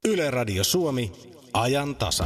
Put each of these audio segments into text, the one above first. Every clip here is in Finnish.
Yle Radio Suomi, ajan tasa.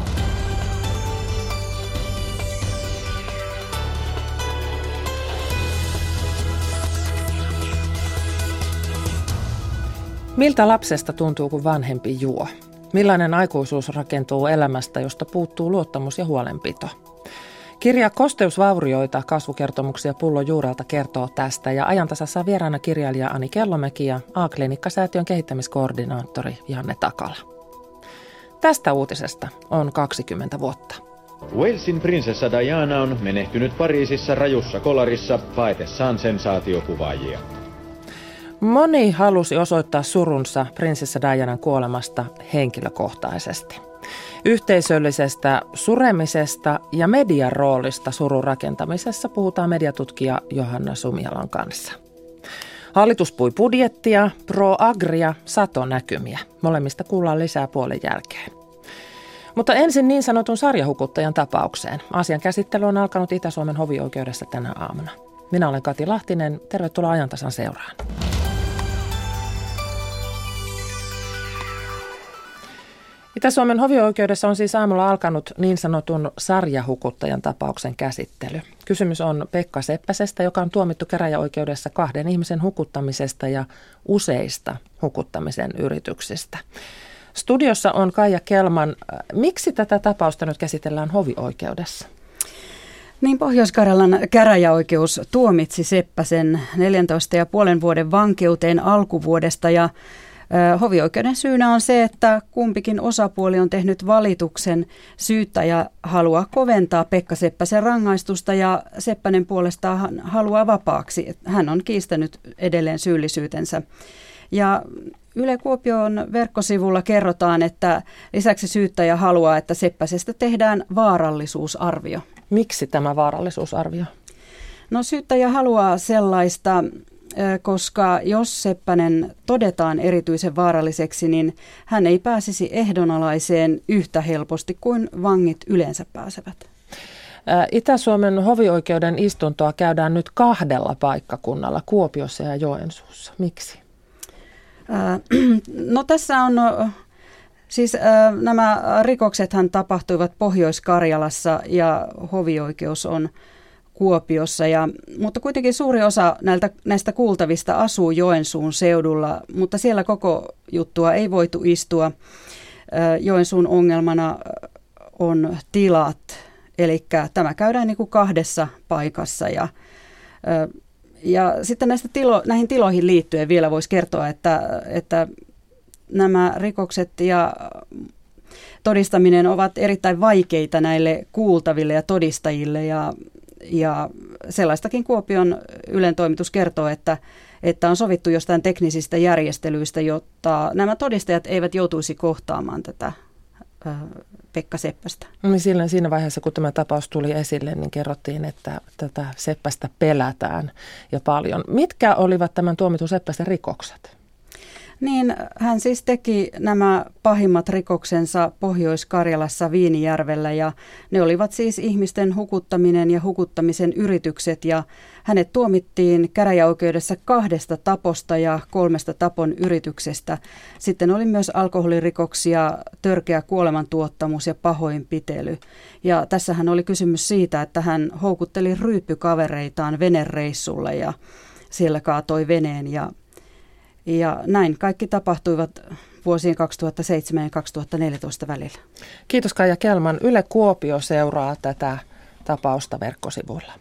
Miltä lapsesta tuntuu, kun vanhempi juo? Millainen aikuisuus rakentuu elämästä, josta puuttuu luottamus ja huolenpito? Kirja Kosteusvaurioita, kasvukertomuksia pullon juurelta kertoo tästä ja ajantasassa vieraana kirjailija Ani Kellomäki ja A-klinikkasäätiön kehittämiskoordinaattori Janne Takala. Tästä uutisesta on 20 vuotta. Walesin prinsessa Diana on menehtynyt Pariisissa rajussa kolarissa paetessaan sensaatiokuvaajia. Moni halusi osoittaa surunsa prinsessa Dianan kuolemasta henkilökohtaisesti. Yhteisöllisestä suremisesta ja median roolista surun rakentamisessa puhutaan mediatutkija Johanna Sumialan kanssa. Hallitus pui budjettia, pro-agria, satonäkymiä. Molemmista kuullaan lisää puolen jälkeen. Mutta ensin niin sanotun sarjahukuttajan tapaukseen. Asian käsittely on alkanut Itä-Suomen hovioikeudessa tänä aamuna. Minä olen Kati Lahtinen. Tervetuloa ajantasan seuraan. Itä-Suomen hovioikeudessa on siis aamulla alkanut niin sanotun sarjahukuttajan tapauksen käsittely. Kysymys on Pekka Seppäsestä, joka on tuomittu käräjäoikeudessa 2 ihmisen hukuttamisesta ja useista hukuttamisen yrityksistä. Studiossa on Kaija Kelman. Miksi tätä tapausta nyt käsitellään hovioikeudessa? Niin, Pohjois-Karjalan käräjäoikeus tuomitsi Seppäsen 14,5 vuoden vankeuteen alkuvuodesta ja hovioikeuden syynä on se, että kumpikin osapuoli on tehnyt valituksen. Syyttäjä haluaa koventaa Pekka Seppäsen rangaistusta ja Seppänen puolestaan haluaa vapaaksi. Hän on kiistänyt edelleen syyllisyytensä. Ja Yle Kuopion verkkosivulla kerrotaan, että lisäksi syyttäjä haluaa, että Seppäsestä tehdään vaarallisuusarvio. Miksi tämä vaarallisuusarvio? No, syyttäjä haluaa sellaista, koska jos Seppänen todetaan erityisen vaaralliseksi, niin hän ei pääsisi ehdonalaiseen yhtä helposti kuin vangit yleensä pääsevät. Itä-Suomen hovioikeuden istuntoa käydään nyt 2 paikkakunnalla, Kuopiossa ja Joensuussa. Miksi? No, tässä on siis nämä rikoksethan tapahtuivat Pohjois-Karjalassa ja hovioikeus on Kuopiossa, mutta kuitenkin suuri osa näistä kuultavista asuu Joensuun seudulla, mutta siellä koko juttua ei voitu istua. Joensuun ongelmana on tilat, eli tämä käydään niin kuin 2 paikassa. Ja sitten näihin tiloihin liittyen vielä voisi kertoa, että nämä rikokset ja todistaminen ovat erittäin vaikeita näille kuultaville ja todistajille ja sellaistakin Kuopion Ylen toimitus kertoo, että on sovittu jostain teknisistä järjestelyistä, jotta nämä todistajat eivät joutuisi kohtaamaan tätä Pekka Seppästä. Siinä vaiheessa, kun tämä tapaus tuli esille, niin kerrottiin, että tätä Seppästä pelätään ja paljon. Mitkä olivat tämän tuomitun Seppäsen rikokset? Niin, hän siis teki nämä pahimmat rikoksensa Pohjois-Karjalassa Viinijärvellä ja ne olivat siis ihmisten hukuttaminen ja hukuttamisen yritykset ja hänet tuomittiin käräjäoikeudessa 2 taposta ja 3 tapon yrityksestä. Sitten oli myös alkoholirikoksia, törkeä kuolemantuottamus ja pahoinpitely. Ja tässähän oli kysymys siitä, että hän houkutteli ryyppykavereitaan venereissulle ja siellä kaatoi veneen ja näin kaikki tapahtuivat vuosien 2007 ja 2014 välillä. Kiitos Kaija Kelman. Yle Kuopio seuraa tätä tapausta verkkosivuilla.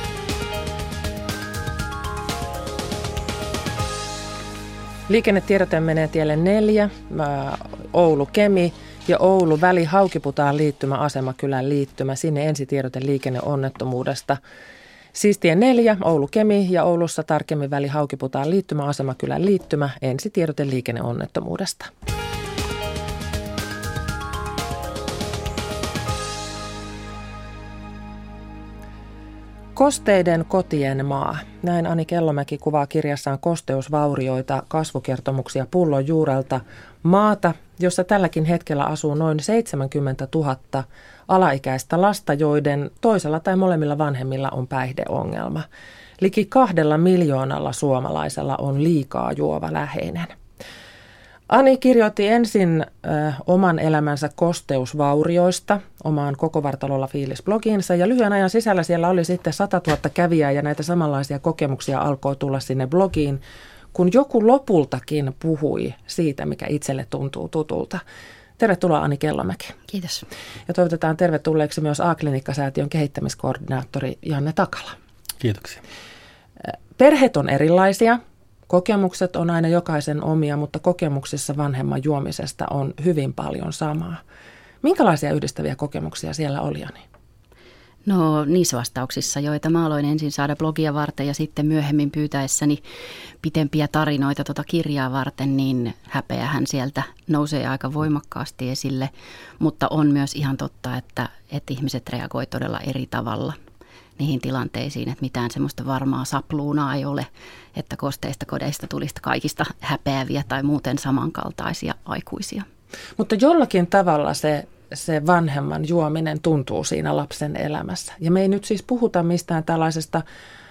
Liikennetiedote menee tielle 4, Oulu-Kemi ja Oulu-väli Haukiputaan liittymä, Asemakylän liittymä. Sinne ensitiedote liikenneonnettomuudesta. Siis tie 4, Oulu-Kemi ja Oulussa tarkemmin väli Haukiputaan liittymä, Asemakylän liittymä, ensitiedote liikenneonnettomuudesta. Kosteiden kotien maa. Näin Ani Kellomäki kuvaa kirjassaan Kosteusvaurioita, kasvukertomuksia pullon juurelta, maata, jossa tälläkin hetkellä asuu noin 70 000 alaikäistä lasta, joiden toisella tai molemmilla vanhemmilla on päihdeongelma. Liki 2 miljoonalla suomalaisella on liikaa juova läheinen. Ani kirjoitti ensin oman elämänsä kosteusvaurioista omaan Koko vartalolla fiilis-blogiinsa ja lyhyen ajan sisällä siellä oli sitten 100 000 kävijää ja näitä samanlaisia kokemuksia alkoi tulla sinne blogiin, kun joku lopultakin puhui siitä, mikä itselle tuntuu tutulta. Tervetuloa Ani Kellomäki. Kiitos. Ja toivotetaan tervetulleeksi myös A-klinikkasäätiön kehittämiskoordinaattori Janne Takala. Kiitoksia. Perheet on erilaisia. Kokemukset on aina jokaisen omia, mutta kokemuksissa vanhemman juomisesta on hyvin paljon samaa. Minkälaisia yhdistäviä kokemuksia siellä oli, Ani? No niissä vastauksissa, joita mä aloin ensin saada blogia varten ja sitten myöhemmin pyytäessäni pitempiä tarinoita kirjaa varten, niin häpeähän sieltä nousee aika voimakkaasti esille. Mutta on myös ihan totta, että ihmiset reagoi todella eri tavalla niihin tilanteisiin, että mitään semmoista varmaa sapluunaa ei ole, että kosteista kodeista tulisi kaikista häpeäviä tai muuten samankaltaisia aikuisia. Mutta jollakin tavalla se vanhemman juominen tuntuu siinä lapsen elämässä. Ja me ei nyt siis puhuta mistään tällaisesta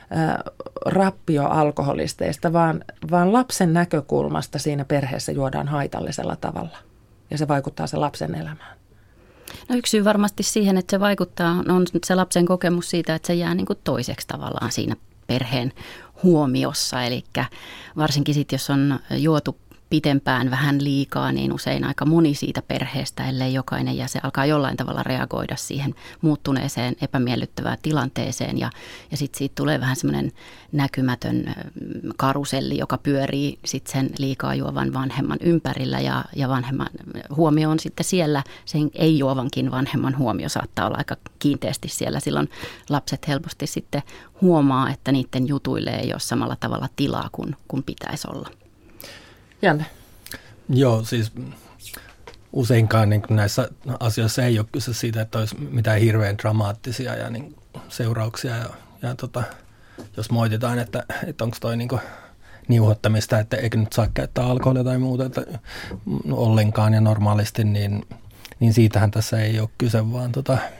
rappioalkoholisteista, vaan lapsen näkökulmasta siinä perheessä juodaan haitallisella tavalla. Ja se vaikuttaa se lapsen elämään. No yksi syy varmasti siihen, että se vaikuttaa, on se lapsen kokemus siitä, että se jää niin kuin toiseksi tavallaan siinä perheen huomiossa. Eli varsinkin sitten, jos on juotu pitempään vähän liikaa, niin usein aika moni siitä perheestä, ellei jokainen jäsen alkaa jollain tavalla reagoida siihen muuttuneeseen epämiellyttävään tilanteeseen. Ja sitten siitä tulee vähän semmoinen näkymätön karuselli, joka pyörii sitten sen liikaa juovan vanhemman ympärillä. Ja vanhemman huomio on sitten siellä, sen ei-juovankin vanhemman huomio saattaa olla aika kiinteästi siellä. Silloin lapset helposti sitten huomaa, että niiden jutuille ei ole samalla tavalla tilaa kuin pitäisi olla. Janne. Joo, siis useinkaan niin näissä asioissa ei ole kyse siitä, että olisi mitään hirveän dramaattisia ja niin seurauksia. Ja jos moititaan, että onko toi niin niuhottamista, että eikö nyt saa käyttää alkoholia tai muuta että ollenkaan ja normaalisti, niin siitähän tässä ei ole kyse, vaan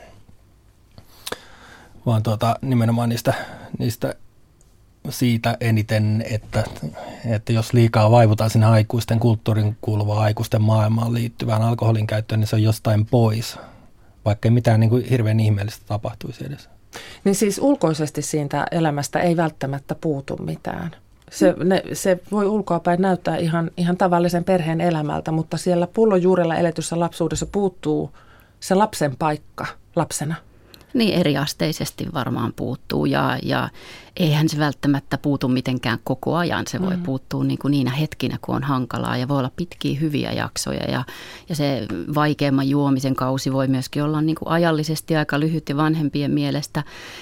nimenomaan niistä siitä eniten, että jos liikaa vaivutaan sinne aikuisten kulttuurin kuuluvaan aikuisten maailmaan liittyvään alkoholin käyttöön, niin se on jostain pois, vaikka ei mitään niin kuin hirveän ihmeellistä tapahtuisi edes. Niin siis ulkoisesti siitä elämästä ei välttämättä puutu mitään. Se voi ulkoapäin näyttää ihan tavallisen perheen elämältä, mutta siellä pullonjuurella eletyssä lapsuudessa puuttuu se lapsen paikka lapsena. Niin eriasteisesti varmaan puuttuu ja eihän se välttämättä puutu mitenkään koko ajan. Se voi puuttua niin kuin niinä hetkinä, kun on hankalaa ja voi olla pitkiä hyviä jaksoja ja se vaikeamman juomisen kausi voi myöskin olla niin kuin ajallisesti aika lyhyt ja vanhempien mielestä.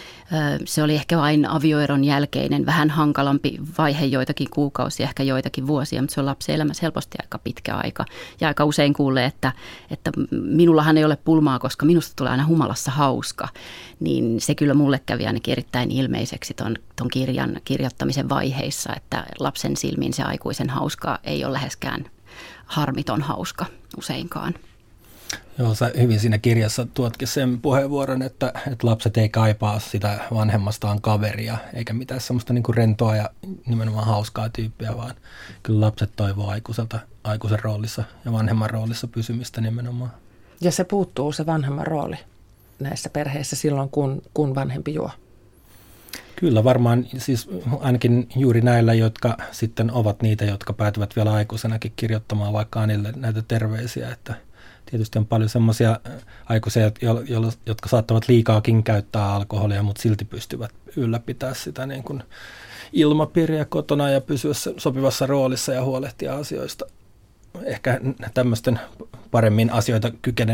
Se oli ehkä vain avioeron jälkeinen, vähän hankalampi vaihe, joitakin kuukausia, ehkä joitakin vuosia, mutta se on lapsen elämässä helposti aika pitkä aika. Ja aika usein kuulee, että minullahan ei ole pulmaa, koska minusta tulee aina humalassa hauska. Niin se kyllä mulle kävi ainakin erittäin ilmeiseksi ton kirjan kirjoittamisen vaiheissa, että lapsen silmiin se aikuisen hauska ei ole läheskään harmiton hauska useinkaan. Joo, sä hyvin siinä kirjassa tuotkin sen puheenvuoron, että lapset ei kaipaa sitä vanhemmastaan kaveria, eikä mitään semmoista niin kuin rentoa ja nimenomaan hauskaa tyyppiä, vaan kyllä lapset toivoo aikuisen roolissa ja vanhemman roolissa pysymistä nimenomaan. Ja se puuttuu se vanhemman rooli näissä perheissä silloin, kun vanhempi juo. Kyllä varmaan, siis ainakin juuri näillä, jotka sitten ovat niitä, jotka päätyvät vielä aikuisenakin kirjoittamaan vaikka Anille näitä terveisiä, että tietysti on paljon semmoisia aikuisia, jotka saattavat liikaakin käyttää alkoholia, mutta silti pystyvät ylläpitämään sitä niin kuin ilmapiiriä kotona ja pysyä sopivassa roolissa ja huolehtia asioista. Ehkä tämmöisten paremmin asioita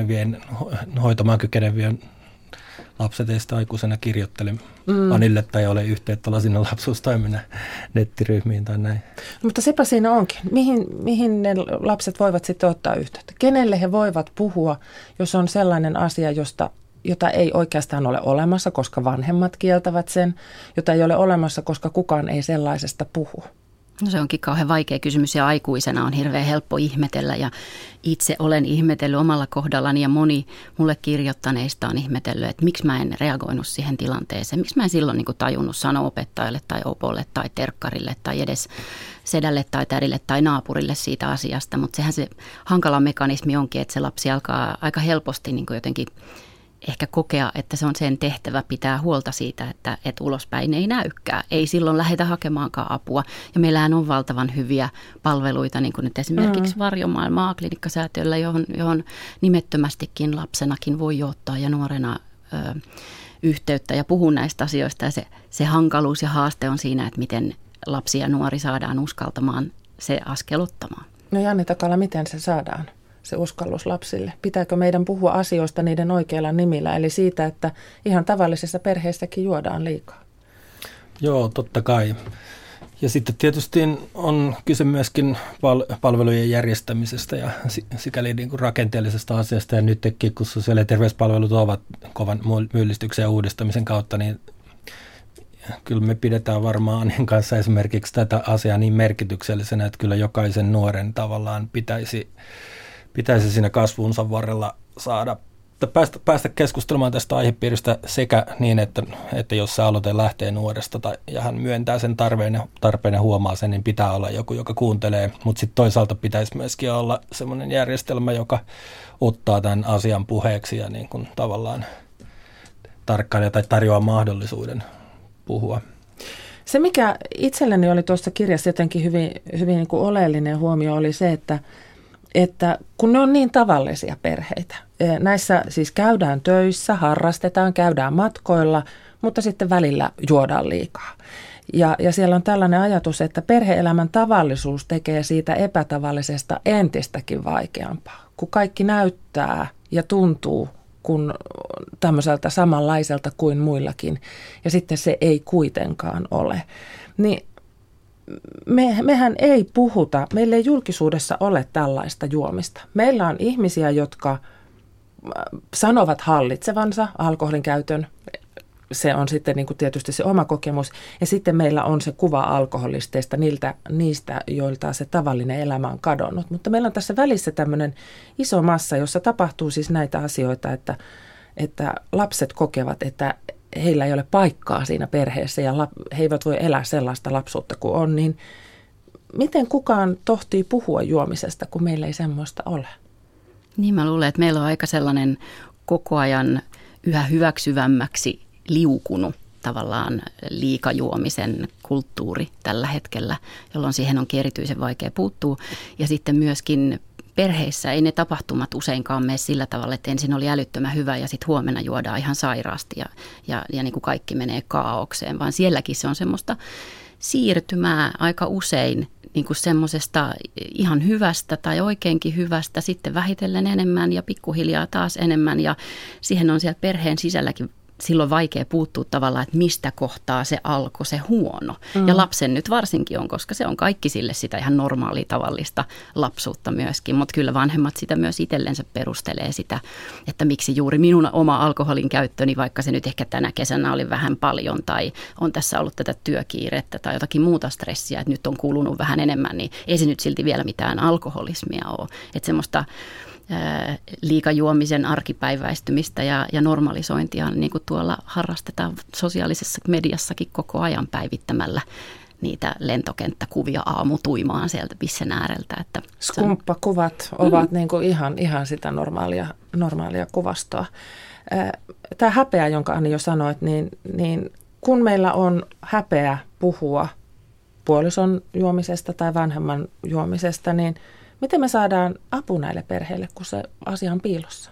hoitamaan kykenevien lapset ei sitä aikuisena kirjoittele Anille tai ole yhteyttä sinne lapsuustoiminnan nettiryhmiin tai näin. Mutta sepä siinä onkin. Mihin ne lapset voivat sitten ottaa yhteyttä? Kenelle he voivat puhua, jos on sellainen asia, jota ei oikeastaan ole olemassa, koska vanhemmat kieltävät sen, jota ei ole olemassa, koska kukaan ei sellaisesta puhu? No se onkin kauhean vaikea kysymys ja aikuisena on hirveän helppo ihmetellä ja itse olen ihmetellyt omalla kohdallani ja moni mulle kirjoittaneista on ihmetellyt, että miksi mä en reagoinut siihen tilanteeseen. Miksi mä en silloin niin kuin tajunnut sanoa opettajalle tai opolle tai terkkarille tai edes sedälle tai tädille tai naapurille siitä asiasta. Mutta sehän se hankala mekanismi onkin, että se lapsi alkaa aika helposti niin kuin jotenkin ehkä kokea, että se on sen tehtävä pitää huolta siitä, että ulospäin ei näykään. Ei silloin lähdetä hakemaankaan apua. Ja meillähän on valtavan hyviä palveluita, niin kuin nyt esimerkiksi Varjomaailma A-klinikkasäätiöllä, johon nimettömästikin lapsenakin voi ottaa ja nuorena yhteyttä ja puhua näistä asioista. Ja se hankaluus ja haaste on siinä, että miten lapsi ja nuori saadaan uskaltamaan se askel ottamaan. No Janni Takala, miten se saadaan? Se uskallus lapsille? Pitääkö meidän puhua asioista niiden oikeilla nimillä, eli siitä, että ihan tavallisissa perheissäkin juodaan liikaa? Joo, totta kai. Ja sitten tietysti on kyse myöskin palvelujen järjestämisestä ja sikäli niin kuin rakenteellisesta asiasta. Ja nytkin, kun sosiaali- ja terveyspalvelut ovat kovan myllistyksen ja uudistamisen kautta, niin kyllä me pidetään varmaan Annin kanssa esimerkiksi tätä asiaa niin merkityksellisenä, että kyllä jokaisen nuoren tavallaan pitäisi siinä kasvunsa varrella saada päästä keskustelemaan tästä aihepiiristä sekä niin, että jos se aloite lähtee nuoresta ja hän myöntää sen tarpeen ja huomaa sen, niin pitää olla joku, joka kuuntelee. Mutta sitten toisaalta pitäisi myöskin olla semmoinen järjestelmä, joka ottaa tämän asian puheeksi ja niin kuin tavallaan tarkkailee tai tarjoaa mahdollisuuden puhua. Se, mikä itselleni oli tuossa kirjassa jotenkin hyvin niin kuin oleellinen huomio, oli se, että kun ne on niin tavallisia perheitä, näissä siis käydään töissä, harrastetaan, käydään matkoilla, mutta sitten välillä juodaan liikaa. Ja siellä on tällainen ajatus, että perhe-elämän tavallisuus tekee siitä epätavallisesta entistäkin vaikeampaa, kun kaikki näyttää ja tuntuu kun tämmöiseltä samanlaiselta kuin muillakin, ja sitten se ei kuitenkaan ole. Niin mehän ei puhuta, meillä ei julkisuudessa ole tällaista juomista. Meillä on ihmisiä, jotka sanovat hallitsevansa alkoholin käytön. Se on sitten niin kuin tietysti se oma kokemus. Ja sitten meillä on se kuva alkoholisteista niistä, joilta se tavallinen elämä on kadonnut. Mutta meillä on tässä välissä tämmöinen iso massa, jossa tapahtuu siis näitä asioita, että lapset kokevat, että heillä ei ole paikkaa siinä perheessä ja he eivät voi elää sellaista lapsuutta kuin on, niin miten kukaan tohtii puhua juomisesta, kun meillä ei semmoista ole? Niin mä luulen, että meillä on aika sellainen koko ajan yhä hyväksyvämmäksi liukunut tavallaan liikajuomisen kulttuuri tällä hetkellä, jolloin siihen onkin erityisen vaikea puuttua. Ja sitten myöskin perheissä ei ne tapahtumat useinkaan mene sillä tavalla, että ensin oli älyttömän hyvä ja sitten huomenna juodaan ihan sairaasti ja niin kuin kaikki menee kaaokseen, vaan sielläkin se on semmoista siirtymää aika usein niin kuin semmoisesta ihan hyvästä tai oikeinkin hyvästä, sitten vähitellen enemmän ja pikkuhiljaa taas enemmän ja siihen on siellä perheen sisälläkin silloin vaikea puuttua tavallaan, että mistä kohtaa se alkoi se huono. Ja lapsen nyt varsinkin on, koska se on kaikki sille sitä ihan normaalia tavallista lapsuutta myöskin. Mutta kyllä vanhemmat sitä myös itsellensä perustelee sitä, että miksi juuri minun oma alkoholin käyttöni, vaikka se nyt ehkä tänä kesänä oli vähän paljon tai on tässä ollut tätä työkiirettä tai jotakin muuta stressiä, että nyt on kulunut vähän enemmän, niin ei se nyt silti vielä mitään alkoholismia ole. Että semmoista liikajuomisen arkipäiväistymistä ja normalisointia, niin kuin tuolla harrastetaan sosiaalisessa mediassakin koko ajan päivittämällä niitä lentokenttäkuvia aamutuimaan sieltä pissen ääreltä. Että skumppakuvat ovat niin kuin ihan sitä normaalia kuvastoa. Tämä häpeä, jonka Anni jo sanoit, niin kun meillä on häpeä puhua puolison juomisesta tai vanhemman juomisesta, niin miten me saadaan apu näille perheille, kun se asia on piilossa?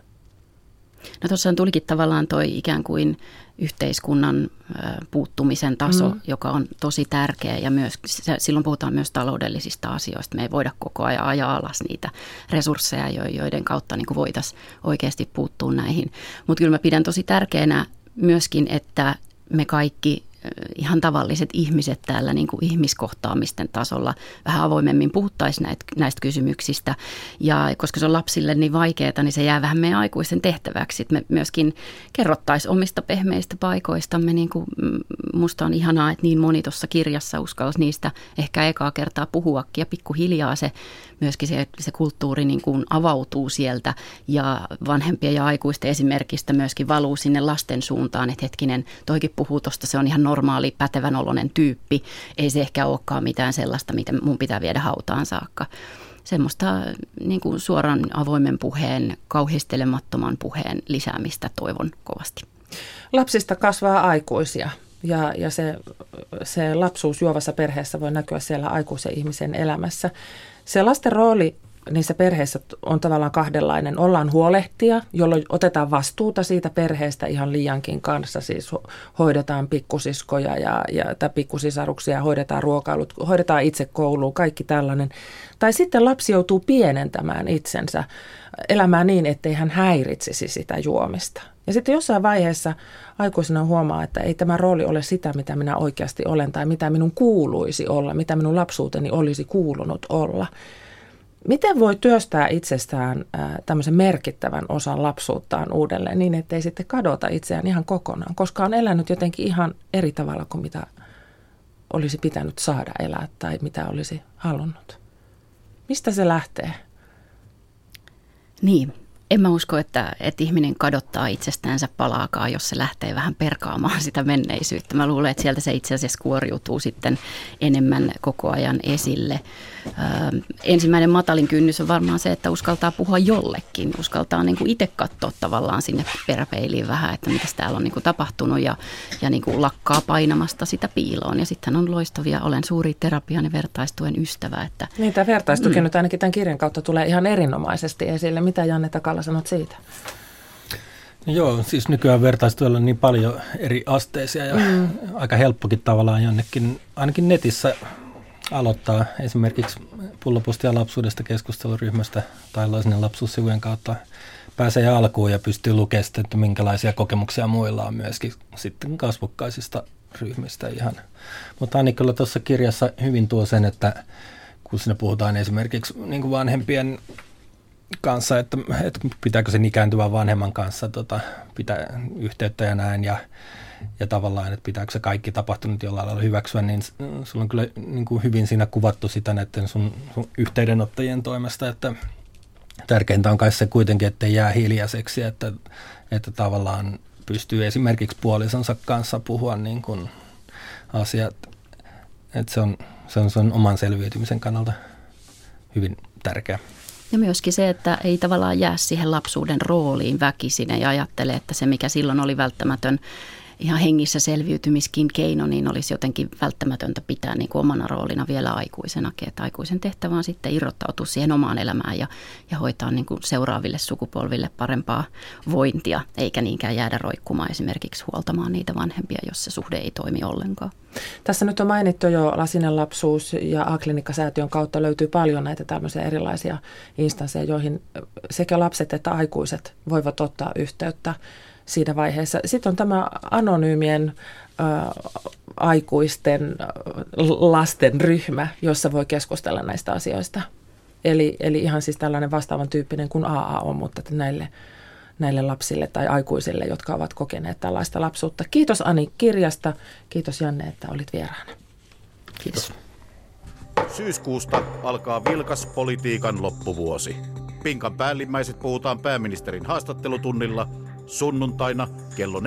No tuossa tulikin tavallaan toi ikään kuin yhteiskunnan puuttumisen taso, joka on tosi tärkeä ja myös silloin puhutaan myös taloudellisista asioista. Me ei voida koko ajan ajaa alas niitä resursseja, joiden kautta niin kuin voitaisiin oikeasti puuttua näihin. Mutta kyllä mä pidän tosi tärkeänä myöskin, että me kaikki ihan tavalliset ihmiset täällä niin kuin ihmiskohtaamisten tasolla vähän avoimemmin puhuttaisiin näistä kysymyksistä. Ja koska se on lapsille niin vaikeaa, niin se jää vähän meidän aikuisten tehtäväksi. Me myöskin kerrottaisiin omista pehmeistä paikoistamme. Niin kuin musta on ihanaa, että niin moni tuossa kirjassa uskalsi niistä ehkä ekaa kertaa puhuakin. Ja pikkuhiljaa myöskin se kulttuuri niin kuin avautuu sieltä ja vanhempien ja aikuisten esimerkistä myöskin valuu sinne lasten suuntaan, että hetkinen, toikin puhuu tuosta, se on ihan normaali, pätevän oloinen tyyppi. Ei se ehkä olekaan mitään sellaista, mitä mun pitää viedä hautaan saakka. Semmoista niin kuin suoran avoimen puheen, kauhistelemattoman puheen lisäämistä toivon kovasti. Lapsista kasvaa aikuisia ja se lapsuus juovassa perheessä voi näkyä siellä aikuisen ihmisen elämässä. Se lasten rooli niissä perheissä on tavallaan kahdenlainen. Ollaan huolehtia, jolloin otetaan vastuuta siitä perheestä ihan liiankin kanssa. Siis hoidetaan pikkusiskoja tai pikkusisaruksia, hoidetaan ruokailut, hoidetaan itse kouluun, kaikki tällainen. Tai sitten lapsi joutuu pienentämään itsensä elämään niin, ettei hän häiritsisi sitä juomista. Ja sitten jossain vaiheessa aikuisena huomaa, että ei tämä rooli ole sitä, mitä minä oikeasti olen tai mitä minun kuuluisi olla, mitä minun lapsuuteni olisi kuulunut olla. Miten voi työstää itsestään tämmöisen merkittävän osan lapsuuttaan uudelleen niin, ettei sitten kadota itseään ihan kokonaan, koska on elänyt jotenkin ihan eri tavalla kuin mitä olisi pitänyt saada elää tai mitä olisi halunnut? Mistä se lähtee? Niin, en mä usko, että ihminen kadottaa itsestäänsä palaakaan, jos se lähtee vähän perkaamaan sitä menneisyyttä. Mä luulen, että sieltä se itse asiassa kuoriutuu sitten enemmän koko ajan esille. Ensimmäinen matalin kynnys on varmaan se, että uskaltaa puhua jollekin. Uskaltaa niin kuin itse katsoa tavallaan sinne peräpeiliin vähän, että mitä täällä on niin kuin tapahtunut ja niin kuin lakkaa painamasta sitä piiloon. Ja sitten on loistavia, olen suuri terapian ja vertaistuen ystävä. Että niin, tämä vertaistukin nyt ainakin tämän kirjan kautta tulee ihan erinomaisesti esille. Mitä Janne Takala sanot siitä? Joo, siis nykyään vertaistuella on niin paljon eri asteisia ja aika helppokin tavallaan jonnekin, ainakin netissä aloittaa esimerkiksi Pullopusti ja lapsuudesta keskusteluryhmästä tai sinne lapsuussivujen kautta pääsee alkuun ja pystyy lukemaan sitten, että minkälaisia kokemuksia muilla on myöskin sitten kasvokkaisista ryhmistä ihan. Mutta Annikalla tuossa kirjassa hyvin tuo sen, että kun siinä puhutaan esimerkiksi niin kuin vanhempien kanssa, että pitääkö sen ikääntyvän vanhemman kanssa pitää yhteyttä ja näin ja tavallaan, että pitääkö se kaikki tapahtunut jollain lailla hyväksyä, niin sulla on kyllä niin kuin hyvin siinä kuvattu sitä näiden sun yhteydenottajien toimesta, että tärkeintä on kai se kuitenkin, ettei jää hiljaiseksi, että tavallaan pystyy esimerkiksi puolisonsa kanssa puhua niin kuin asiat, että se on oman selviytymisen kannalta hyvin tärkeä. Ja myöskin se, että ei tavallaan jää siihen lapsuuden rooliin väkisin ja ajattele, että se mikä silloin oli välttämätön ihan hengissä selviytymiskin keino, niin olisi jotenkin välttämätöntä pitää niin kuin omana roolina vielä aikuisenakin. Että aikuisen tehtävä on sitten irrottautua siihen omaan elämään ja hoitaa niin kuin seuraaville sukupolville parempaa vointia, eikä niinkään jäädä roikkumaan esimerkiksi huoltamaan niitä vanhempia, jos se suhde ei toimi ollenkaan. Tässä nyt on mainittu jo Lasinen lapsuus ja A-klinikkasäätiön kautta löytyy paljon näitä tämmöisiä erilaisia instansseja, joihin sekä lapset että aikuiset voivat ottaa yhteyttä siinä vaiheessa. Sitten on tämä anonyymien aikuisten lasten ryhmä, jossa voi keskustella näistä asioista. Eli ihan siis tällainen vastaavan tyyppinen kuin AA on, mutta näille lapsille tai aikuisille, jotka ovat kokeneet tällaista lapsuutta. Kiitos Ani kirjasta. Kiitos Janne, että olit vieraana. Kiitos. Syyskuusta alkaa vilkas politiikan loppuvuosi. Pinkan päällimmäiset puhutaan pääministerin haastattelutunnilla sunnuntaina kello 14.03.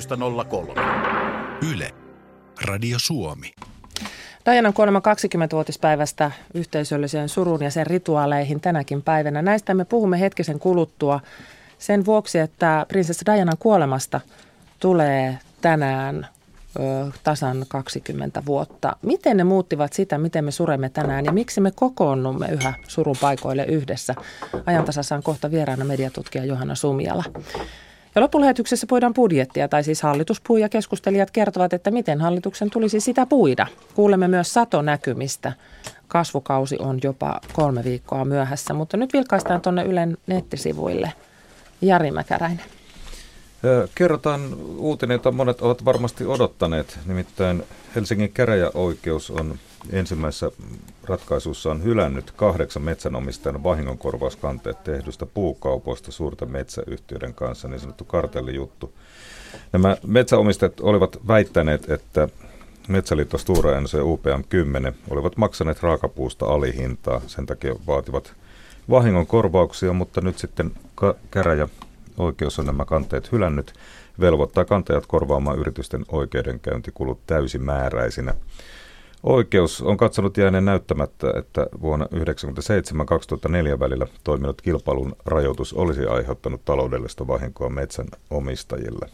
Yle, Radio Suomi. Dianan kuoleman 20-vuotispäivästä yhteisölliseen suruun ja sen rituaaleihin tänäkin päivänä. Näistä me puhumme hetkisen kuluttua sen vuoksi, että prinsessa Dianan kuolemasta tulee tänään tasan 20 vuotta. Miten ne muuttivat sitä, miten me suremme tänään ja miksi me kokoonnumme yhä surun paikoille yhdessä? Ajantasassa on kohta vieraana mediatutkija Johanna Sumiala. Ja loppulähetyksessä puidaan budjettia, tai siis hallitus pui ja keskustelijat kertovat, että miten hallituksen tulisi sitä puida. Kuulemme myös satonäkymistä. Kasvukausi on jopa 3 viikkoa myöhässä, mutta nyt vilkaistaan tuonne Ylen nettisivuille. Jari Mäkäräinen. Kerrotaan uutinen, jota monet ovat varmasti odottaneet. Nimittäin Helsingin käräjäoikeus on ensimmäisessä ratkaisussaan hylännyt 8 metsänomistajan vahingonkorvauskanteet tehdystä puukaupoista suurten metsäyhtiöiden kanssa, niin sanottu kartellijuttu. Nämä metsäomistajat olivat väittäneet, että Metsäliitto Stora Enso ja UPM-10 olivat maksaneet raakapuusta alihintaa, sen takia vaativat vahingonkorvauksia, mutta nyt sitten käräjäoikeus on nämä kanteet hylännyt, velvoittaa kantajat korvaamaan yritysten oikeudenkäyntikulut täysimääräisinä. Oikeus on katsonut jääneen näyttämättä, että vuonna 1997-2004 välillä toiminut kilpailun rajoitus olisi aiheuttanut taloudellista vahinkoa metsänomistajille.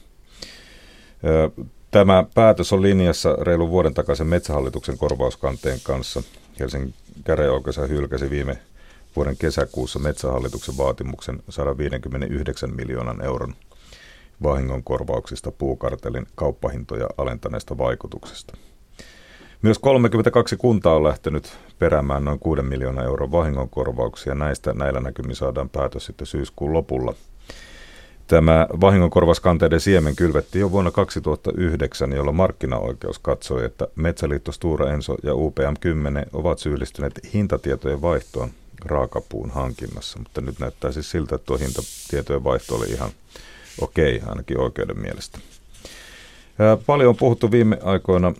Tämä päätös on linjassa reilun vuoden takaisen Metsähallituksen korvauskanteen kanssa. Helsingin käräjäoikeus hylkäsi viime vuoden kesäkuussa Metsähallituksen vaatimuksen 159 miljoonan euron vahingonkorvauksista puukartelin kauppahintoja alentaneesta vaikutuksesta. Myös 32 kuntaa on lähtenyt peräämään noin 6 miljoonan euron vahingonkorvauksia. Näillä näkymin saadaan päätös sitten syyskuun lopulla. Tämä vahingonkorvauskanteiden siemen kylvettiin jo vuonna 2009, jolloin markkinaoikeus katsoi, että Metsäliitto Stora Enso ja UPM-10 ovat syyllistyneet hintatietojen vaihtoon raakapuun hankinnassa. Mutta nyt näyttää siis siltä, että tuo hintatietojen vaihto oli ihan okei, ainakin oikeuden mielestä. Paljon on puhuttu viime aikoina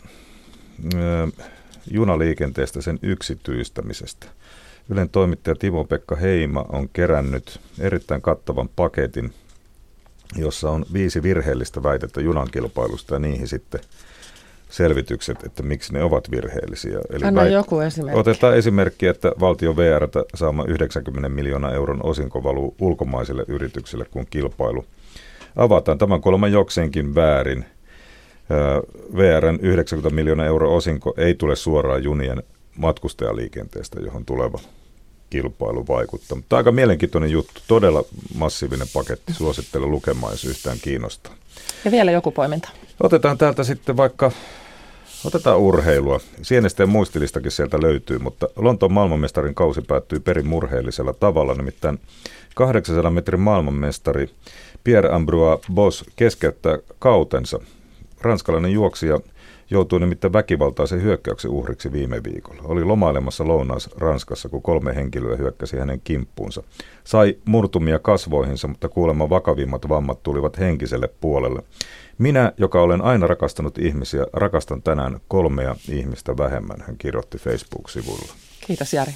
junaliikenteestä, sen yksityistämisestä. Ylen toimittaja Timo-Pekka Heima on kerännyt erittäin kattavan paketin, jossa on 5 virheellistä väitettä junankilpailusta ja niihin sitten selvitykset, että miksi ne ovat virheellisiä. Eli anna joku esimerkki. Otetaan esimerkki, että valtion VR:tä saama 90 miljoonan euron osinko valuu ulkomaisille yrityksille, kun kilpailu avataan. Tämän kuulemma jokseenkin väärin. VR:n 90 miljoonaa euro osinko ei tule suoraan junien matkustajaliikenteestä, johon tuleva kilpailu vaikuttaa. Mutta aika mielenkiintoinen juttu, todella massiivinen paketti. Suosittelen lukemaan, jos yhtään kiinnostaa. Ja vielä joku poiminta. Otetaan täältä sitten otetaan urheilua. Sienestä ja muistilistakin sieltä löytyy, mutta Lontoon maailmanmestarin kausi päättyy perin murheellisella tavalla. Nimittäin 800 metrin maailmanmestari Pierre-Ambroise Bosse keskeyttää kautensa. Ranskalainen juoksija joutui nimittäin väkivaltaisen hyökkäyksen uhriksi viime viikolla. Oli lomailemassa Lounais-Ranskassa, kun 3 henkilöä hyökkäsi hänen kimppuunsa. Sai murtumia kasvoihinsa, mutta kuulemma vakavimmat vammat tulivat henkiselle puolelle. Minä, joka olen aina rakastanut ihmisiä, rakastan tänään 3 ihmistä vähemmän, hän kirjoitti Facebook-sivulla. Kiitos Jari.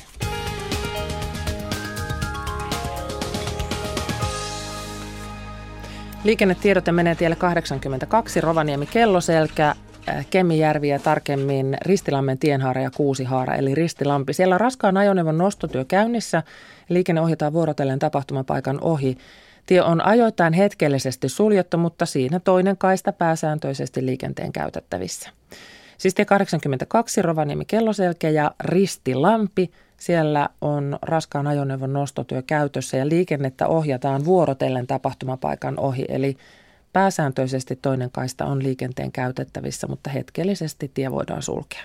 Liikennetiedote menee tielle 82, Rovaniemi Kelloselkä, Kemijärvi ja tarkemmin Ristilammen tienhaara ja Kuusihaara eli Ristilampi. Siellä on raskaan ajoneuvon nostotyö käynnissä. Liikenne ohjataan vuorotellen tapahtumapaikan ohi. Tie on ajoittain hetkellisesti suljettu, mutta siinä toinen kaista pääsääntöisesti liikenteen käytettävissä. Siis tie 82, Rovaniemi Kelloselkä ja Ristilampi. Siellä on raskaan ajoneuvon nostotyö käytössä ja liikennettä ohjataan vuorotellen tapahtumapaikan ohi. Eli pääsääntöisesti toinen kaista on liikenteen käytettävissä, mutta hetkellisesti tie voidaan sulkea.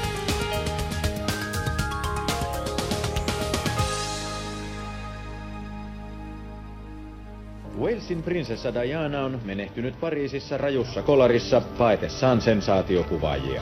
Walesin prinsessa Diana on menehtynyt Pariisissa rajussa kolarissa paetessaan sensaatiokuvaajia.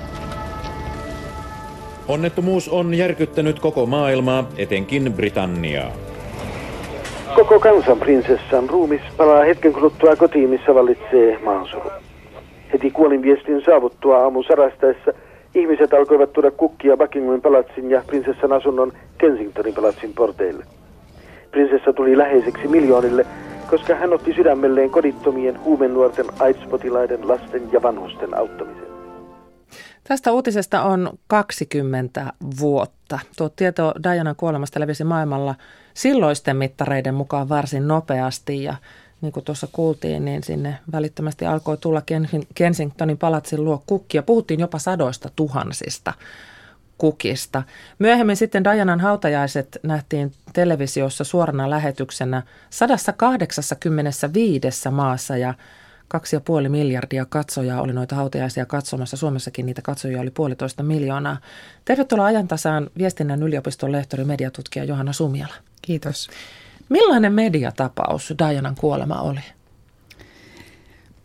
Onnettomuus on järkyttänyt koko maailmaa, etenkin Britanniaa. Koko kansan prinsessan ruumis palaa hetken kuluttua kotiin, missä vallitsee maansuru. Heti kuolinviestin saavuttua aamun sarastaessa ihmiset alkoivat tuoda kukkia Buckinghamin palatsin ja prinsessan asunnon Kensingtonin palatsin porteille. Prinsessa tuli läheiseksi miljoonille, koska hän otti sydämelleen kodittomien, huumenuorten, AIDS-potilaiden, lasten ja vanhusten auttamisen. Tästä uutisesta on 20 vuotta. Tuo tieto Dianan kuolemasta levisi maailmalla silloisten mittareiden mukaan varsin nopeasti ja niin kuin tuossa kuultiin, niin sinne välittömästi alkoi tulla Kensingtonin palatsin luo kukkia. Puhuttiin jopa 100 000 kukista. Myöhemmin sitten Dianan hautajaiset nähtiin televisiossa suorana lähetyksenä 185 maassa ja 2,5 miljardia katsojaa oli noita hautajaisia katsomassa. Suomessakin niitä katsojia oli 1,5 miljoonaa. Tervetuloa Ajantasaan viestinnän yliopiston lehtori mediatutkija Johanna Sumiala. Kiitos. Millainen mediatapaus Dianan kuolema oli?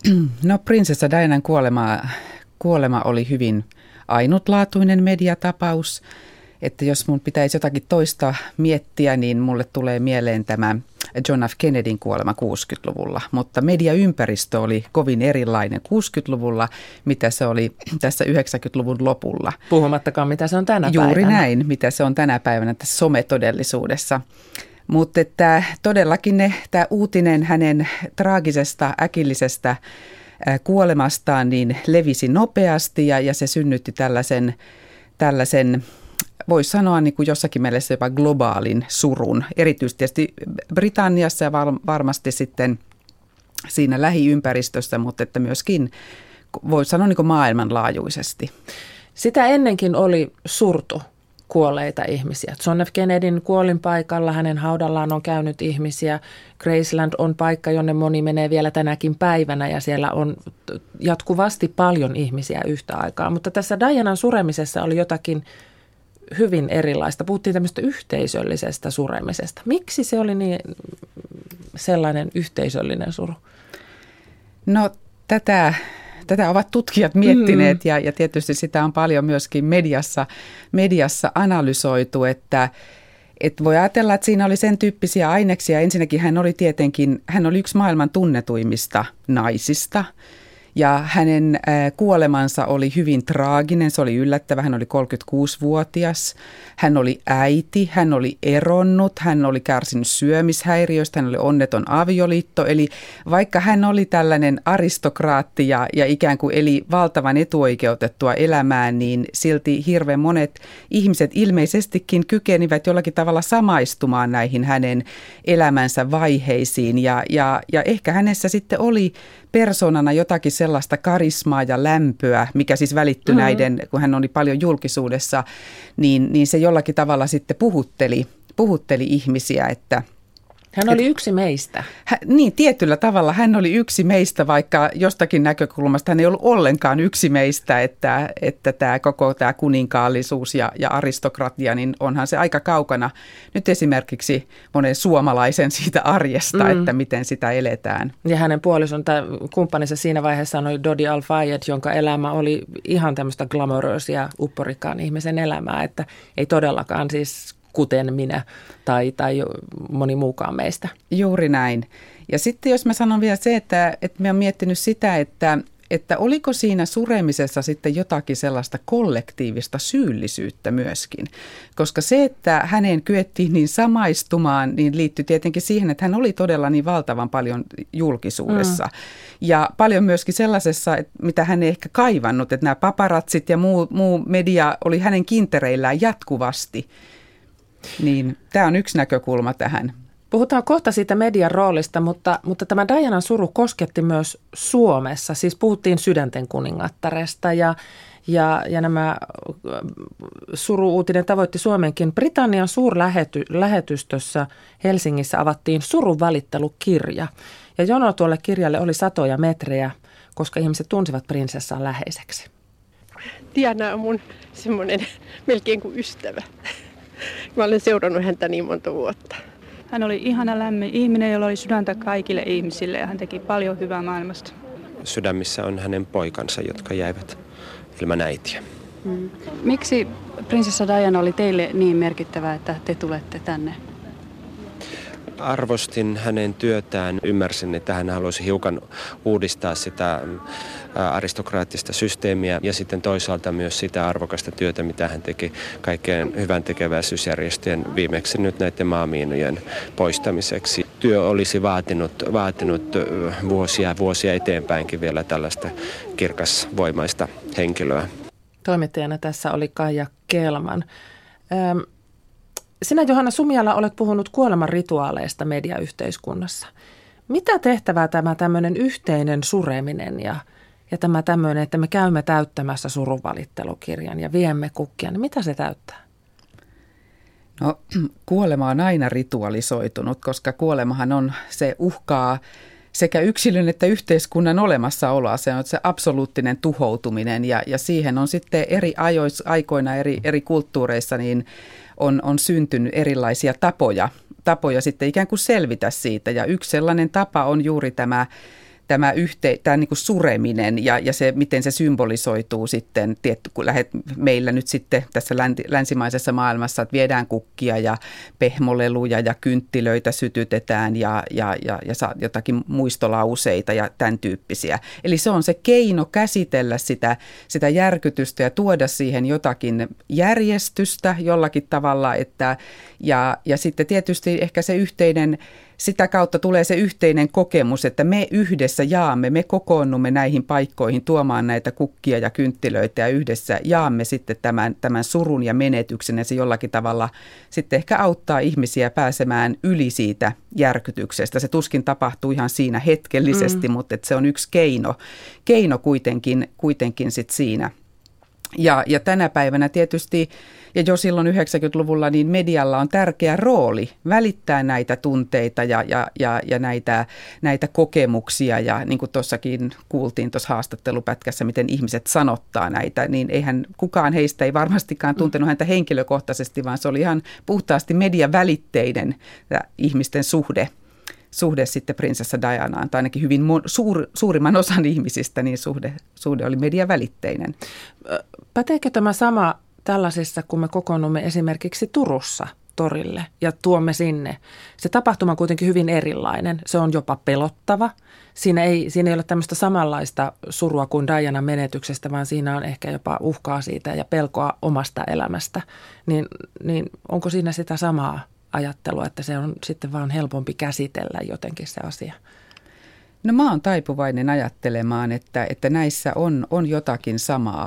No prinsessa Dianan kuolema oli hyvin ainutlaatuinen mediatapaus. Että jos mun pitäisi jotakin toista miettiä, niin mulle tulee mieleen tämä John F. Kennedyn kuolema 60-luvulla. Mutta mediaympäristö oli kovin erilainen 60-luvulla, mitä se oli tässä 90-luvun lopulla. Puhumattakaan, mitä se on tänä päivänä. Juuri näin, mitä se on tänä päivänä tässä sometodellisuudessa. Mutta että todellakin tämä uutinen hänen traagisesta, äkillisestä kuolemastaan niin levisi nopeasti ja se synnytti tällaisen voisi sanoa niin kuin jossakin mielessä jopa globaalin surun, erityisesti Britanniassa ja varmasti sitten siinä lähiympäristössä, mutta että myöskin voisi sanoa niin kuin maailmanlaajuisesti. Sitä ennenkin oli surtu kuolleita ihmisiä. John F. Kennedyn kuolinpaikalla, hänen haudallaan on käynyt ihmisiä. Graceland on paikka, jonne moni menee vielä tänäkin päivänä ja siellä on jatkuvasti paljon ihmisiä yhtä aikaa. Mutta tässä Dianan suremisessa oli jotakin hyvin erilaista. Puhuttiin tämmöistä yhteisöllisestä suremisesta. Miksi se oli niin sellainen yhteisöllinen suru? No tätä ovat tutkijat miettineet ja tietysti sitä on paljon myöskin mediassa analysoitu, että voi ajatella, että siinä oli sen tyyppisiä aineksia. Ensinnäkin hän oli yksi maailman tunnetuimmista naisista. Ja hänen kuolemansa oli hyvin traaginen, se oli yllättävä, hän oli 36-vuotias, hän oli äiti, hän oli eronnut, hän oli kärsinyt syömishäiriöistä, hän oli onneton avioliitto. Eli vaikka hän oli tällainen aristokraatti ja ikään kuin eli valtavan etuoikeutettua elämää, niin silti hirveän monet ihmiset ilmeisestikin kykenivät jollakin tavalla samaistumaan näihin hänen elämänsä vaiheisiin. Ja ehkä hänessä sitten oli persoonana jotakin sellaista karismaa ja lämpöä, mikä siis välittyi näiden, kun hän oli paljon julkisuudessa, niin se jollakin tavalla sitten puhutteli ihmisiä, että hän oli yksi meistä. Niin, tietyllä tavalla hän oli yksi meistä, vaikka jostakin näkökulmasta hän ei ollut ollenkaan yksi meistä, että tämä koko tämä kuninkaallisuus ja aristokratia, niin onhan se aika kaukana nyt esimerkiksi monen suomalaisen siitä arjesta, että miten sitä eletään. Ja hänen puolison tai kumppaninsa siinä vaiheessa oli Dodi Al-Fayed, jonka elämä oli ihan tämmöistä glamoröösiä upporikkaan ihmisen elämää, että ei todellakaan siis kuten minä tai moni muukaan meistä. Juuri näin. Ja sitten jos mä sanon vielä se, että mä oon miettinyt sitä, että oliko siinä suremisessa sitten jotakin sellaista kollektiivista syyllisyyttä myöskin. Koska se, että häneen kyettiin niin samaistumaan, niin liittyi tietenkin siihen, että hän oli todella niin valtavan paljon julkisuudessa. Ja paljon myöskin sellaisessa, mitä hän ei ehkä kaivannut, että nämä paparatsit ja muu media oli hänen kintereillään jatkuvasti. Niin, tämä on yksi näkökulma tähän. Puhutaan kohta siitä median roolista, mutta tämä Dianan suru kosketti myös Suomessa. Siis puhuttiin Sydänten kuningattaresta ja nämä suru-uutinen tavoitti Suomenkin. Britannian suurlähetystössä Helsingissä avattiin surun valittelukirja. Ja jono tuolle kirjalle oli satoja metrejä, koska ihmiset tunsivat prinsessan läheiseksi. Diana on mun semmoinen melkein kuin ystävä. Mä olen seurannut häntä niin monta vuotta. Hän oli ihana lämmin ihminen, jolla oli sydäntä kaikille ihmisille ja hän teki paljon hyvää maailmasta. Sydämissä on hänen poikansa, jotka jäivät ilman äitiä. Miksi prinsessa Diana oli teille niin merkittävä, että te tulette tänne? Arvostin hänen työtään. Ymmärsin, että hän halusi hiukan uudistaa sitä aristokraattista systeemiä ja sitten toisaalta myös sitä arvokasta työtä, mitä hän teki kaikkeen hyvän tekeväisyysjärjestöjen viimeksi nyt näiden maamiinojen poistamiseksi. Työ olisi vaatinut vuosia eteenpäinkin vielä tällaista kirkasvoimaista henkilöä. Toimittajana tässä oli Kaija Kelman. Sinä, Johanna Sumiala, olet puhunut kuoleman rituaaleista mediayhteiskunnassa. Mitä tehtävää tämä tämmöinen yhteinen sureminen ja tämä tämmöinen, että me käymme täyttämässä surunvalittelukirjan ja viemme kukkia, niin mitä se täyttää? No, kuolema on aina ritualisoitunut, koska kuolemahan se uhkaa sekä yksilön että yhteiskunnan olemassaoloa. Se on se absoluuttinen tuhoutuminen ja siihen on sitten eri aikoina eri kulttuureissa niin on syntynyt erilaisia tapoja sitten ikään kuin selvitä siitä. Ja yksi sellainen tapa on juuri tämä tämä niin kuin sureminen ja se, miten se symbolisoituu sitten kun meillä nyt sitten tässä länsimaisessa maailmassa, että viedään kukkia ja pehmoleluja ja kynttilöitä sytytetään ja jotakin muistolauseita ja tämän tyyppisiä. Eli se on se keino käsitellä sitä järkytystä ja tuoda siihen jotakin järjestystä jollakin tavalla, ja sitten tietysti ehkä se yhteinen, sitä kautta tulee se yhteinen kokemus, että me yhdessä jaamme, me kokoonnumme näihin paikkoihin tuomaan näitä kukkia ja kynttilöitä ja yhdessä jaamme sitten tämän surun ja menetyksen, ja se jollakin tavalla sitten ehkä auttaa ihmisiä pääsemään yli siitä järkytyksestä. Se tuskin tapahtuu ihan siinä hetkellisesti, mutta että se on yksi keino kuitenkin sitten siinä. Ja tänä päivänä tietysti, ja jo silloin 90-luvulla, niin medialla on tärkeä rooli välittää näitä tunteita ja näitä kokemuksia. Ja niin kuin tuossakin kuultiin tuossa haastattelupätkässä, miten ihmiset sanottaa näitä, niin eihän kukaan heistä ei varmastikaan tuntenut häntä henkilökohtaisesti, vaan se oli ihan puhtaasti mediavälitteinen ihmisten suhde sitten prinsessa Dianaan, tai ainakin hyvin suurimman osan ihmisistä, niin suhde oli mediavälitteinen. Päteekö tämä sama tällaisissa, kun me kokoonnumme esimerkiksi Turussa torille ja tuomme sinne? Se tapahtuma on kuitenkin hyvin erilainen. Se on jopa pelottava. Siinä ei ole tämmöistä samanlaista surua kuin Dianan menetyksestä, vaan siinä on ehkä jopa uhkaa siitä ja pelkoa omasta elämästä. Niin onko siinä sitä samaa ajattelua, että se on sitten vaan helpompi käsitellä jotenkin se asia? No mä oon taipuvainen ajattelemaan, että näissä on jotakin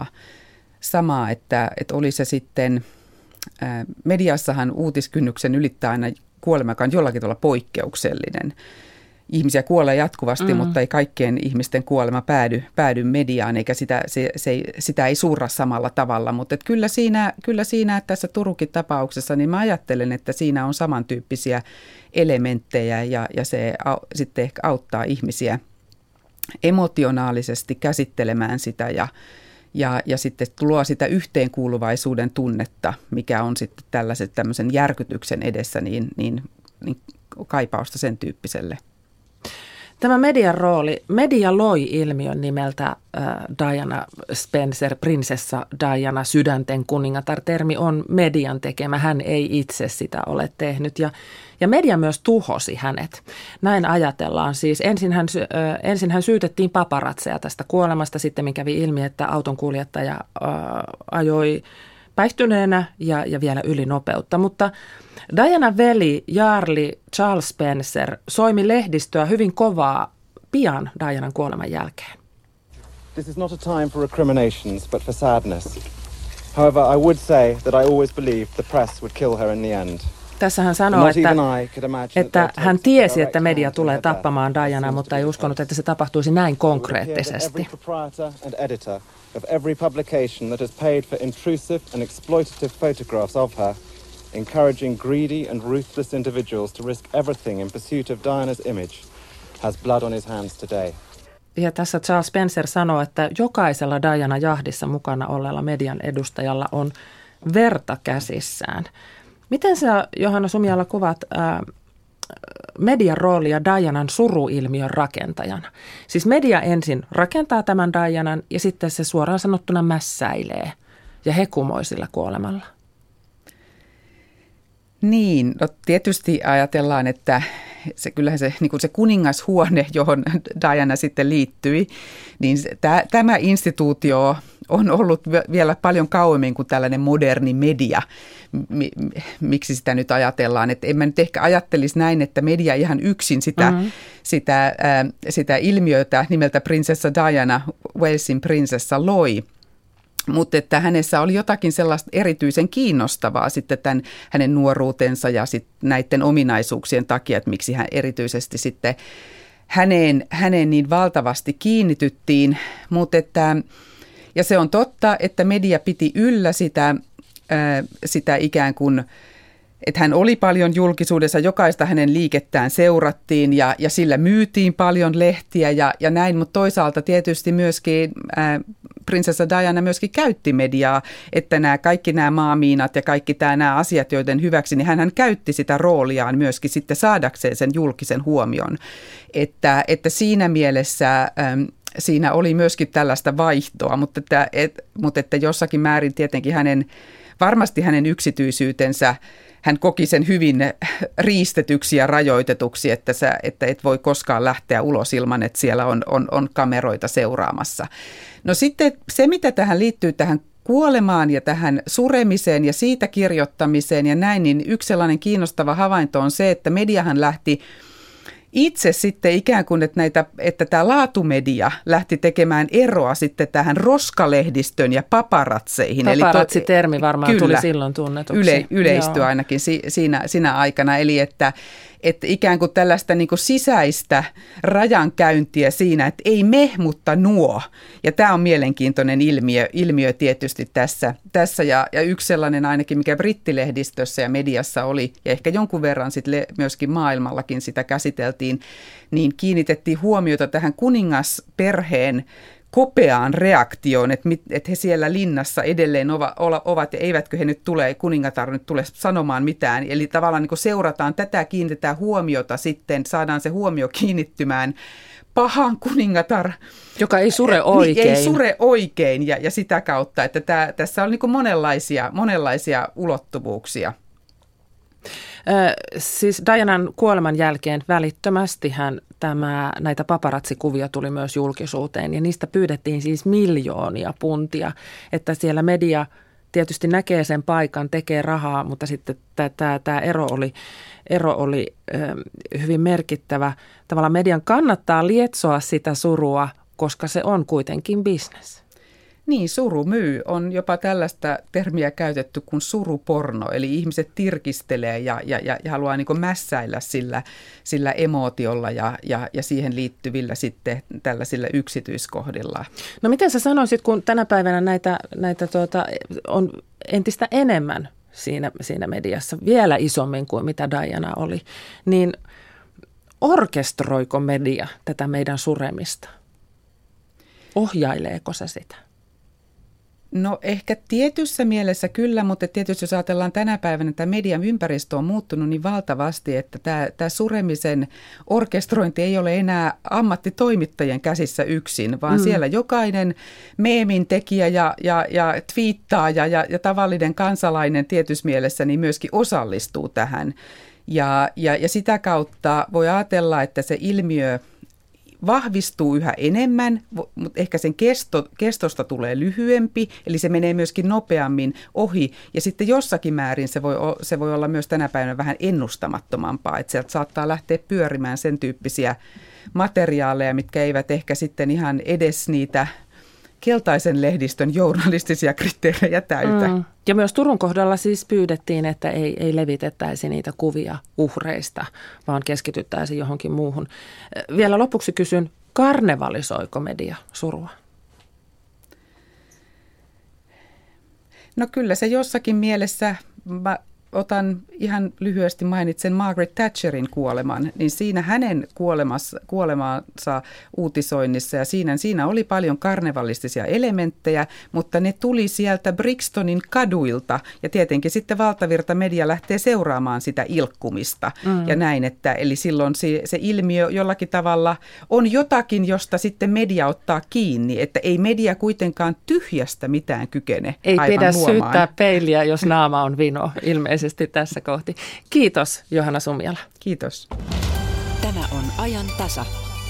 samaa, että oli se sitten, mediassahan uutiskynnyksen ylittää aina kuolema, joka on jollakin tavalla poikkeuksellinen. Ihmisiä kuolee jatkuvasti, mutta ei kaikkien ihmisten kuolema päädy mediaan, eikä sitä ei surra samalla tavalla. Mutta kyllä siinä tässä Turunkin tapauksessa, niin mä ajattelen, että siinä on samantyyppisiä elementtejä ja se sitten ehkä auttaa ihmisiä emotionaalisesti käsittelemään sitä ja sitten luo sitä yhteenkuuluvaisuuden tunnetta, mikä on sitten tämmöisen järkytyksen edessä, niin kaipausta sen tyyppiselle. Tämä median rooli, media loi ilmiön nimeltä Diana Spencer, prinsessa Diana, sydänten kuningatar. Termi on median tekemä, hän ei itse sitä ole tehnyt ja media myös tuhosi hänet. Näin ajatellaan siis. Ensin hän syytettiin paparazzeja tästä kuolemasta, sitten kävi ilmi, että auton kuljettaja ajoi päihtyneenä ja vielä ylinopeutta, mutta Dianan veli Jaarli Charles Spencer soimi lehdistöä hyvin kovaa pian Dianan kuoleman jälkeen. This is not a time for recriminations, but for sadness. However, I would say that I always believed the press would kill her in the end. Tässä hän sanoo, että hän tiesi, että media tulee tappamaan Dianaa, mutta ei uskonut, että se tapahtuisi näin konkreettisesti. Of every publication that has paid for intrusive and exploitative photographs of her, encouraging greedy and ruthless individuals to risk everything in pursuit of Diana's image, has blood on his hands today. Ja tässä Charles Spencer sanoo, että jokaisella Diana-jahdissa mukana olleella median edustajalla on verta käsissään. Miten sä, Johanna Sumiala, kuvat median roolia Dianan suruilmiön rakentajana? Siis media ensin rakentaa tämän Dianan ja sitten se suoraan sanottuna mässäilee ja hekumoi sillä kuolemalla. Niin, no tietysti ajatellaan, että kyllähän se, niin kuin se kuningashuone, johon Diana sitten liittyi, niin tämä instituutio on ollut vielä paljon kauemmin kuin tällainen moderni media. Miksi sitä nyt ajatellaan? Että en mä nyt ehkä ajattelisi näin, että media ihan yksin sitä ilmiötä nimeltä prinsessa Diana, Walesin prinsessa, loi. Mutta että hänessä oli jotakin sellaista erityisen kiinnostavaa sitten tämän hänen nuoruutensa ja sitten näiden ominaisuuksien takia, että miksi hän erityisesti sitten häneen niin valtavasti kiinnityttiin. Ja se on totta, että media piti yllä sitä ikään kuin että hän oli paljon julkisuudessa, jokaista hänen liikettään seurattiin ja sillä myytiin paljon lehtiä ja näin, mutta toisaalta tietysti myöskin prinsessa Diana myöskin käytti mediaa, että kaikki nämä maamiinat ja kaikki nämä asiat, joiden hyväksi, niin hän käytti sitä rooliaan myöskin sitten saadakseen sen julkisen huomion, että siinä mielessä siinä oli myöskin tällaista vaihtoa, mutta että jossakin määrin tietenkin varmasti hänen yksityisyytensä, hän koki sen hyvin riistetyksi ja rajoitetuksi, että et voi koskaan lähteä ulos ilman, että siellä on kameroita seuraamassa. No sitten se, mitä tähän liittyy tähän kuolemaan ja tähän suremiseen ja siitä kirjoittamiseen ja näin, niin yksi sellainen kiinnostava havainto on se, että mediahan lähti itse sitten ikään kuin, että tämä laatumedia lähti tekemään eroa sitten tähän roskalehdistön ja paparatseihin. Paparazzi-termi varmaan tuli silloin tunnetuksi. Yleistyi ainakin siinä aikana, eli että ikään kuin tällaista niin kuin sisäistä rajankäyntiä siinä, että ei me, mutta nuo. Ja tämä on mielenkiintoinen ilmiö tietysti tässä ja yksi sellainen ainakin, mikä brittilehdistössä ja mediassa oli, ja ehkä jonkun verran sitten myöskin maailmallakin sitä käsiteltiin, niin kiinnitettiin huomiota tähän kuningasperheen kopeaan reaktioon, että he siellä linnassa edelleen ovat ja eivätkö he nyt kuningatar nyt tule sanomaan mitään. Eli tavallaan niin kuin seurataan tätä, kiinnitetään huomiota sitten, saadaan se huomio kiinnittymään pahan kuningatar. Joka ei sure oikein. Ei sure oikein ja sitä kautta, että tässä on niin kuin monenlaisia ulottuvuuksia. Siis Dianan kuoleman jälkeen välittömästihän näitä paparazzikuvia tuli myös julkisuuteen ja niistä pyydettiin siis miljoonia puntia, että siellä media tietysti näkee sen paikan, tekee rahaa, mutta sitten tämä ero oli hyvin merkittävä. Tavallaan median kannattaa lietsoa sitä surua, koska se on kuitenkin bisnes. Niin, suru myy. On jopa tällaista termiä käytetty kuin suruporno, eli ihmiset tirkistelee ja haluaa niin kuin mässäillä sillä emootiolla ja siihen liittyvillä sitten tällaisilla yksityiskohdilla. No miten sä sanoisit, kun tänä päivänä näitä on entistä enemmän siinä mediassa, vielä isommin kuin mitä Diana oli, niin orkestroiko media tätä meidän suremista? Ohjaileeko se sitä? No ehkä tietyssä mielessä kyllä, mutta tietysti jos ajatellaan tänä päivänä, että median ympäristö on muuttunut niin valtavasti, että tämä suremisen orkestrointi ei ole enää ammattitoimittajien käsissä yksin, vaan siellä jokainen meemin tekijä ja twiittaaja ja tavallinen kansalainen tietyssä mielessä niin myöskin osallistuu tähän. Ja sitä kautta voi ajatella, että se ilmiö vahvistuu yhä enemmän, mutta ehkä sen kestosta tulee lyhyempi, eli se menee myöskin nopeammin ohi. Ja sitten jossakin määrin se voi olla myös tänä päivänä vähän ennustamattomampaa, että sieltä saattaa lähteä pyörimään sen tyyppisiä materiaaleja, mitkä eivät ehkä sitten ihan edes niitä keltaisen lehdistön journalistisia kriteerejä täytä. Ja myös Turun kohdalla siis pyydettiin, että ei levitettäisi niitä kuvia uhreista, vaan keskityttäisiin johonkin muuhun. Vielä lopuksi kysyn, karnevalisoiko media surua? No kyllä se jossakin mielessä, otan ihan lyhyesti mainitsen Margaret Thatcherin kuoleman, niin siinä hänen kuolemansa uutisoinnissa ja siinä oli paljon karnevalistisia elementtejä, mutta ne tuli sieltä Brixtonin kaduilta ja tietenkin sitten valtavirta media lähtee seuraamaan sitä ilkkumista ja näin, että eli silloin se ilmiö jollakin tavalla on jotakin, josta sitten media ottaa kiinni, että ei media kuitenkaan tyhjästä mitään kykene ei aivan pidä luomaan. syyttää peiliä, jos naama on vino, ilmeisesti tässä kohti. Kiitos Johanna Sumiala. Kiitos. Tämä on ajan tasa.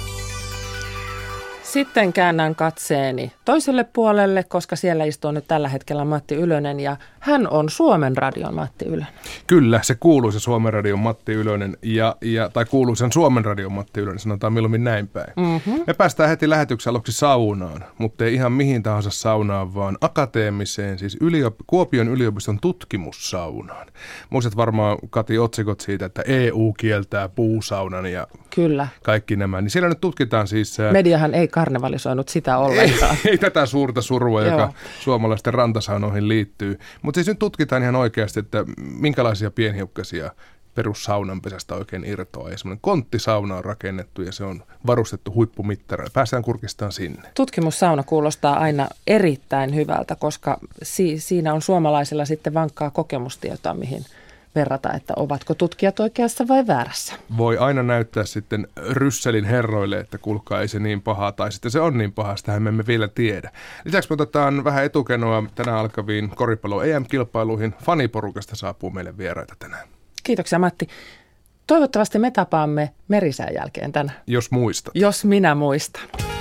Sitten käännän katseeni toiselle puolelle, koska siellä istuu nyt tällä hetkellä Matti Ylönen ja hän on Suomen Radion Matti Ylönen. Kyllä, se kuuluisa Suomen Radion Matti Ylönen tai kuuluisen Suomen Radion Matti Ylönen, sanotaan mieluummin näin päin. Mm-hmm. Me päästään heti lähetyksen aluksi saunaan, mutta ei ihan mihin tahansa saunaan, vaan akateemiseen, siis Kuopion yliopiston tutkimussaunaan. Muistat varmaan, Kati, otsikot siitä, että EU kieltää puusaunan ja Kyllä. Kaikki nämä. Niin siellä nyt tutkitaan siis... Mediahan ei karnevalisoinut sitä ollenkaan. Ei tätä suurta surua, joka suomalaisten rantasaunoihin liittyy. Mutta siis nyt tutkitaan ihan oikeasti, että minkälaisia pienhiukkasia perussaunanpesästä oikein irtoaa. Ja semmoinen konttisauna on rakennettu ja se on varustettu huippumittareilla. Päästään kurkistaan sinne. Tutkimussauna kuulostaa aina erittäin hyvältä, koska siinä on suomalaisilla sitten vankkaa kokemustietoa, mihin verrata, että ovatko tutkijat oikeassa vai väärässä. Voi aina näyttää sitten Rysselin herroille, että kuulkaa ei se niin pahaa, tai sitten se on niin pahaa, sitähän me emme vielä tiedä. Lisäksi me otetaan vähän etukenoa tänään alkaviin koripallo EM-kilpailuihin. Faniporukasta saapuu meille vieraita tänään. Kiitoksia Matti. Toivottavasti me tapaamme merisään jälkeen tänään. Jos muistat. Jos minä muistan.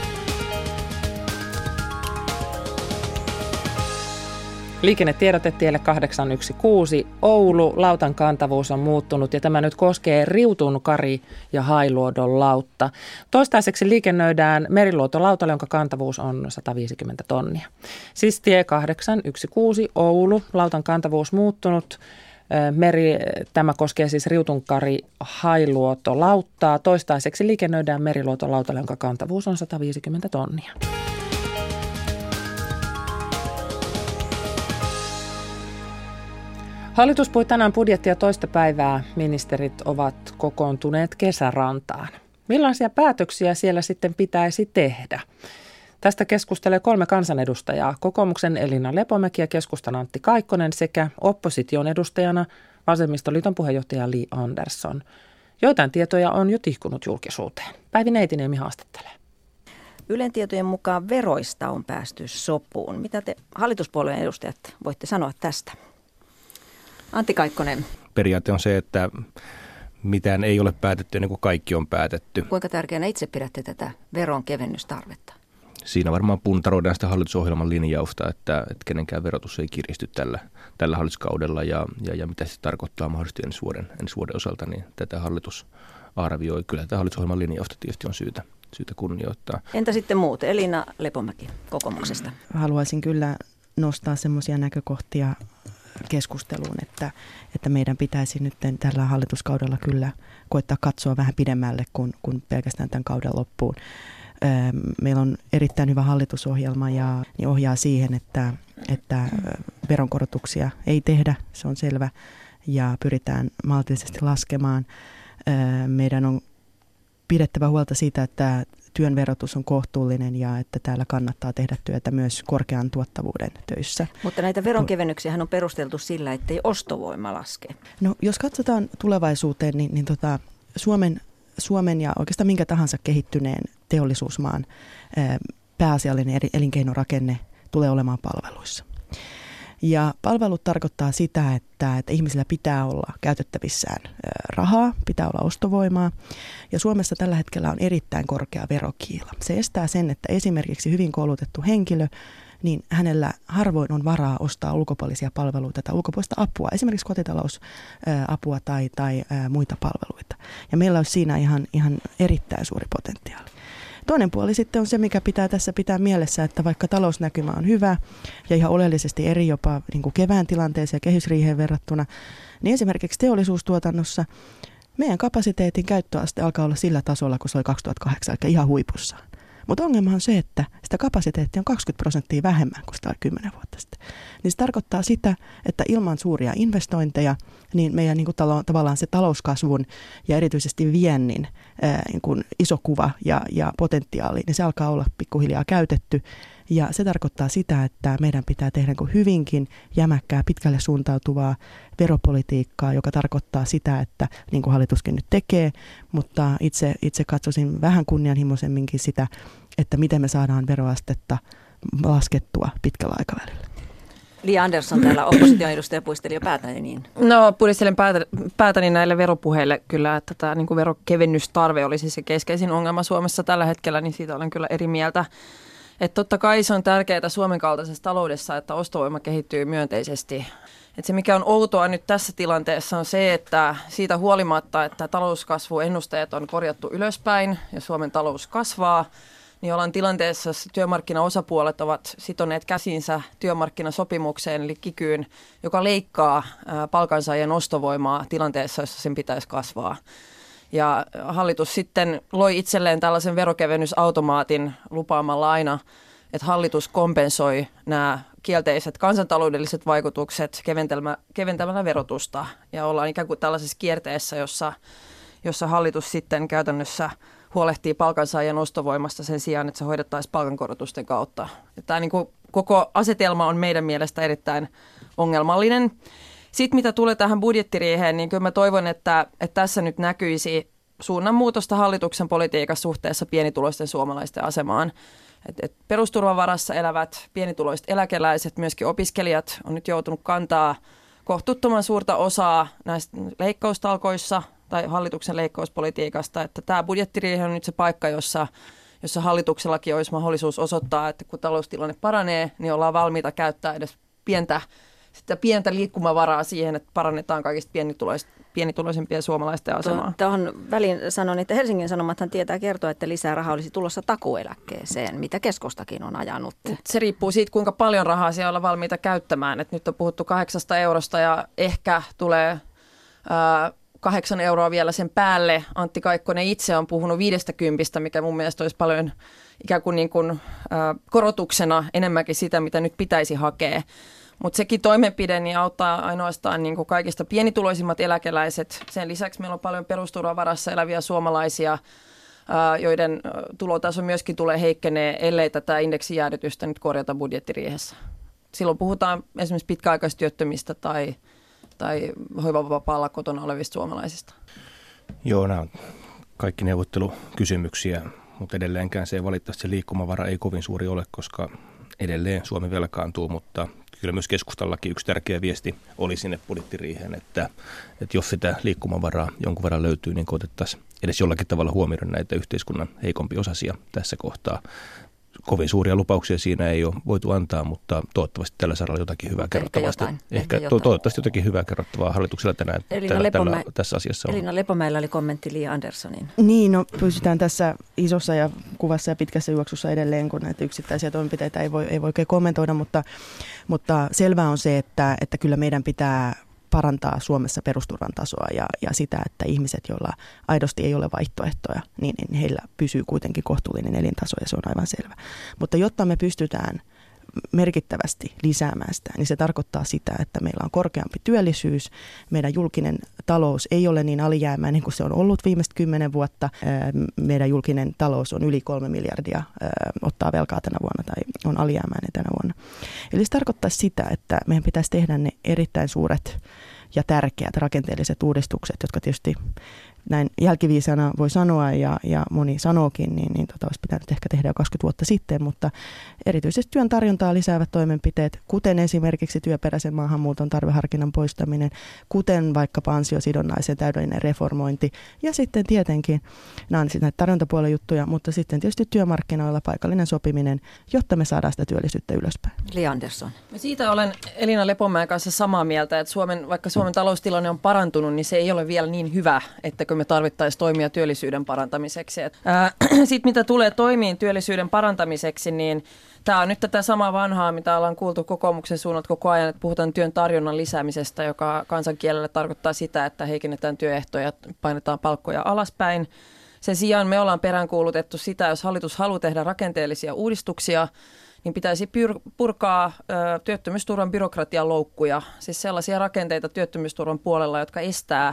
Liikennetiedote tielle 816. Oulu, lautan kantavuus on muuttunut ja tämä nyt koskee Riutun Kari ja Hailuodon lautta. Toistaiseksi liikennöidään Meriluoto-lautalle, jonka kantavuus on 150 tonnia. Siis tie 816 Oulu, lautan kantavuus muuttunut. Tämä koskee siis Riutunkari Hailuoto-lauttaa. Toistaiseksi liikennöidään Meriluoto-lautalle, jonka kantavuus on 150 tonnia. Hallitus puhui tänään budjettia toista päivää. Ministerit ovat kokoontuneet kesärantaan. Millaisia päätöksiä siellä sitten pitäisi tehdä? Tästä keskustelee 3 kansanedustajaa. Kokoomuksen Elina Lepomäki ja keskustan Antti Kaikkonen sekä opposition edustajana Vasemmistoliiton puheenjohtaja Li Andersson. Joitain tietoja on jo tihkunut julkisuuteen. Päivi Neitiniemi haastattelee. Ylen tietojen mukaan veroista on päästy sopuun. Mitä te hallituspuolueen edustajat voitte sanoa tästä? Antti Kaikkonen. Periaate on se, että mitään ei ole päätetty ennen kuin kaikki on päätetty. Kuinka tärkeänä itse pidätte tätä veronkevennystarvetta? Siinä varmaan puntaroidaan sitä hallitusohjelman linjausta, että kenenkään verotus ei kiristy tällä hallituskaudella ja mitä se tarkoittaa mahdollisesti ensi vuoden osalta, niin tätä hallitus arvioi. Kyllä tätä hallitusohjelman linjausta tietysti on syytä kunnioittaa. Entä sitten muut? Elina Lepomäki kokoomuksesta. Haluaisin kyllä nostaa semmoisia näkökohtia keskusteluun, että meidän pitäisi nyt tällä hallituskaudella kyllä koittaa katsoa vähän pidemmälle kuin pelkästään tämän kauden loppuun. Meillä on erittäin hyvä hallitusohjelma ja niin ohjaa siihen, että veronkorotuksia ei tehdä, se on selvä, ja pyritään maltillisesti laskemaan. Meidän on pidettävä huolta siitä, että työn verotus on kohtuullinen ja että täällä kannattaa tehdä työtä myös korkean tuottavuuden töissä. Mutta näitä veronkevennyksiä on perusteltu sillä, ettei ostovoima laske. No, jos katsotaan tulevaisuuteen, niin Suomen ja oikeastaan minkä tahansa kehittyneen teollisuusmaan pääasiallinen elinkeinorakenne tulee olemaan palveluissa. Ja palvelut tarkoittaa sitä, että ihmisillä pitää olla käytettävissään rahaa, pitää olla ostovoimaa. Ja Suomessa tällä hetkellä on erittäin korkea verokiila. Se estää sen, että esimerkiksi hyvin koulutettu henkilö, niin hänellä harvoin on varaa ostaa ulkopuolisia palveluita tai ulkopuolista apua, esimerkiksi kotitalousapua tai muita palveluita. Ja meillä olisi siinä ihan erittäin suuri potentiaali. Toinen puoli sitten on se, mikä pitää tässä pitää mielessä, että vaikka talousnäkymä on hyvä ja ihan oleellisesti eri jopa niin kuin kevään tilanteeseen ja kehysriiheen verrattuna, niin esimerkiksi teollisuustuotannossa meidän kapasiteetin käyttöaste alkaa olla sillä tasolla, kun se oli 2008, eli ihan huipussaan. Mutta ongelma on se, että sitä kapasiteettia on 20% vähemmän kuin sitä oli 10 vuotta sitten. Niin se tarkoittaa sitä, että ilman suuria investointeja, niin meidän niin kuin tavallaan se talouskasvun ja erityisesti viennin niin kuin iso kuva ja potentiaali, niin se alkaa olla pikkuhiljaa käytetty. Ja se tarkoittaa sitä, että meidän pitää tehdä niin kuin hyvinkin jämäkkää, pitkälle suuntautuvaa veropolitiikkaa, joka tarkoittaa sitä, että niin kuin hallituskin nyt tekee, mutta itse katsoisin vähän kunnianhimoisemminkin sitä, että miten me saadaan veroastetta laskettua pitkällä aikavälillä. Li Andersson täällä opposition edustaja puisteli jo päätäni niin. No puistelen päätäni näille veropuheille kyllä, että tämä niin kuin verokevennystarve olisi se keskeisin ongelma Suomessa tällä hetkellä, niin siitä olen kyllä eri mieltä. Että totta kai se on tärkeää Suomen kaltaisessa taloudessa, että ostovoima kehittyy myönteisesti. Että se mikä on outoa nyt tässä tilanteessa on se, että siitä huolimatta, että talouskasvuennusteet on korjattu ylöspäin ja Suomen talous kasvaa, niin ollaan tilanteessa, jossa työmarkkinaosapuolet ovat sitoneet käsinsä työmarkkinasopimukseen eli kikyyn, joka leikkaa palkansaajien ostovoimaa tilanteessa, jossa sen pitäisi kasvaa. Ja hallitus sitten loi itselleen tällaisen verokevennysautomaatin lupaamalla aina, että hallitus kompensoi nämä kielteiset kansantaloudelliset vaikutukset keventämällä verotusta. Ja ollaan ikään kuin tällaisessa kierteessä, jossa hallitus sitten käytännössä huolehtii palkansaajan ostovoimasta sen sijaan, että se hoidettaisiin palkankorotusten kautta. Tämä niin kuin koko asetelma on meidän mielestä erittäin ongelmallinen. Sitten mitä tulee tähän budjettiriiheen, niin kyllä mä toivon, että tässä nyt näkyisi suunnanmuutosta hallituksen politiikassa suhteessa pienituloisten suomalaisten asemaan. Et perusturvan varassa elävät pienituloiset eläkeläiset, myöskin opiskelijat on nyt joutunut kantaa kohtuuttoman suurta osaa näistä leikkaustalkoissa tai hallituksen leikkauspolitiikasta. Että tämä budjettiriihi on nyt se paikka, jossa hallituksellakin olisi mahdollisuus osoittaa, että kun taloustilanne paranee, niin ollaan valmiita käyttää edes pientä liikkumavaraa siihen, että parannetaan kaikista pienituloisempien suomalaisten asemaa. Tuohon väliin sanon, että Helsingin Sanomathan tietää kertoa, että lisää rahaa olisi tulossa takuueläkkeeseen, mitä keskustakin on ajanut. Se riippuu siitä, kuinka paljon rahaa siellä ollaan valmiita käyttämään. Et nyt on puhuttu 8 eurosta ja ehkä tulee 8 euroa vielä sen päälle. Antti Kaikkonen itse on puhunut 50, mikä mun mielestä olisi paljon ikään kuin, korotuksena enemmänkin sitä, mitä nyt pitäisi hakea. Mutta sekin toimenpide niin auttaa ainoastaan niin kuin kaikista pienituloisimmat eläkeläiset. Sen lisäksi meillä on paljon perusturvan varassa eläviä suomalaisia, joiden tulotaso myöskin tulee heikkenee, ellei tätä indeksijäädytystä nyt korjata budjettiriihessä. Silloin puhutaan esimerkiksi pitkäaikaistyöttömistä tai hoivavapaalla kotona olevista suomalaisista. Joo, nämä on kaikki neuvottelukysymyksiä, mutta edelleenkään se valitettavasti liikkumavara ei kovin suuri ole, koska edelleen Suomi velkaantuu, mutta kyllä myös keskustallakin yksi tärkeä viesti oli sinne budjettiriiheen, että jos sitä liikkumavaraa jonkun verran löytyy, niin koetettaisiin edes jollakin tavalla huomioida näitä yhteiskunnan heikompi osasia tässä kohtaa. Kovin suuria lupauksia siinä ei ole voitu antaa, mutta toivottavasti tällä saralla jotakin hyvää kerrottavaa. Toivottavasti jotakin hyvää kerrottavaa hallituksella tänään tässä asiassa on. Elina Lepomäellä oli kommentti Li Anderssonin. Niin, no pysytään tässä isossa ja kuvassa ja pitkässä juoksussa edelleen, kun näitä yksittäisiä toimenpiteitä ei voi oikein kommentoida, mutta selvää on se, että kyllä meidän pitää parantaa Suomessa perusturvan tasoa ja sitä, että ihmiset, joilla aidosti ei ole vaihtoehtoja, niin heillä pysyy kuitenkin kohtuullinen elintaso ja se on aivan selvä. Mutta jotta me pystytään merkittävästi lisäämään sitä, niin se tarkoittaa sitä, että meillä on korkeampi työllisyys, meidän julkinen talous ei ole niin alijäämäinen kuin se on ollut viimeiset 10 vuotta, meidän julkinen talous on yli 3 miljardia, ottaa velkaa tänä vuonna tai on alijäämäinen tänä vuonna. Eli se tarkoittaa sitä, että meidän pitäisi tehdä ne erittäin suuret ja tärkeät rakenteelliset uudistukset, jotka tietysti näin jälkiviisana voi sanoa ja moni sanookin, niin olisi pitänyt ehkä tehdä jo 20 vuotta sitten, mutta erityisesti työn tarjontaa lisäävät toimenpiteet, kuten esimerkiksi työperäisen maahanmuuton tarveharkinnan poistaminen, kuten vaikkapa ansiosidonnaisen täydellinen reformointi ja sitten tietenkin, nämä on näitä tarjontapuolen juttuja, mutta sitten tietysti työmarkkinoilla paikallinen sopiminen, jotta me saadaan sitä työllisyyttä ylöspäin. Li Andersson. Siitä olen Elina Lepomäen kanssa samaa mieltä, että vaikka Suomen taloustilanne on parantunut, niin se ei ole vielä niin hyvä, että me tarvittaisiin toimia työllisyyden parantamiseksi. Sitten mitä tulee toimiin työllisyyden parantamiseksi, niin tämä on nyt tätä samaa vanhaa, mitä ollaan kuultu kokoomuksen suunnalta koko ajan, että puhutaan työn tarjonnan lisäämisestä, joka kansankielellä tarkoittaa sitä, että heikennetään työehtoja ja painetaan palkkoja alaspäin. Sen sijaan me ollaan peräänkuulutettu sitä, jos hallitus haluaa tehdä rakenteellisia uudistuksia, niin pitäisi purkaa työttömyysturvan byrokratian loukkuja, siis sellaisia rakenteita työttömyysturvan puolella, jotka estää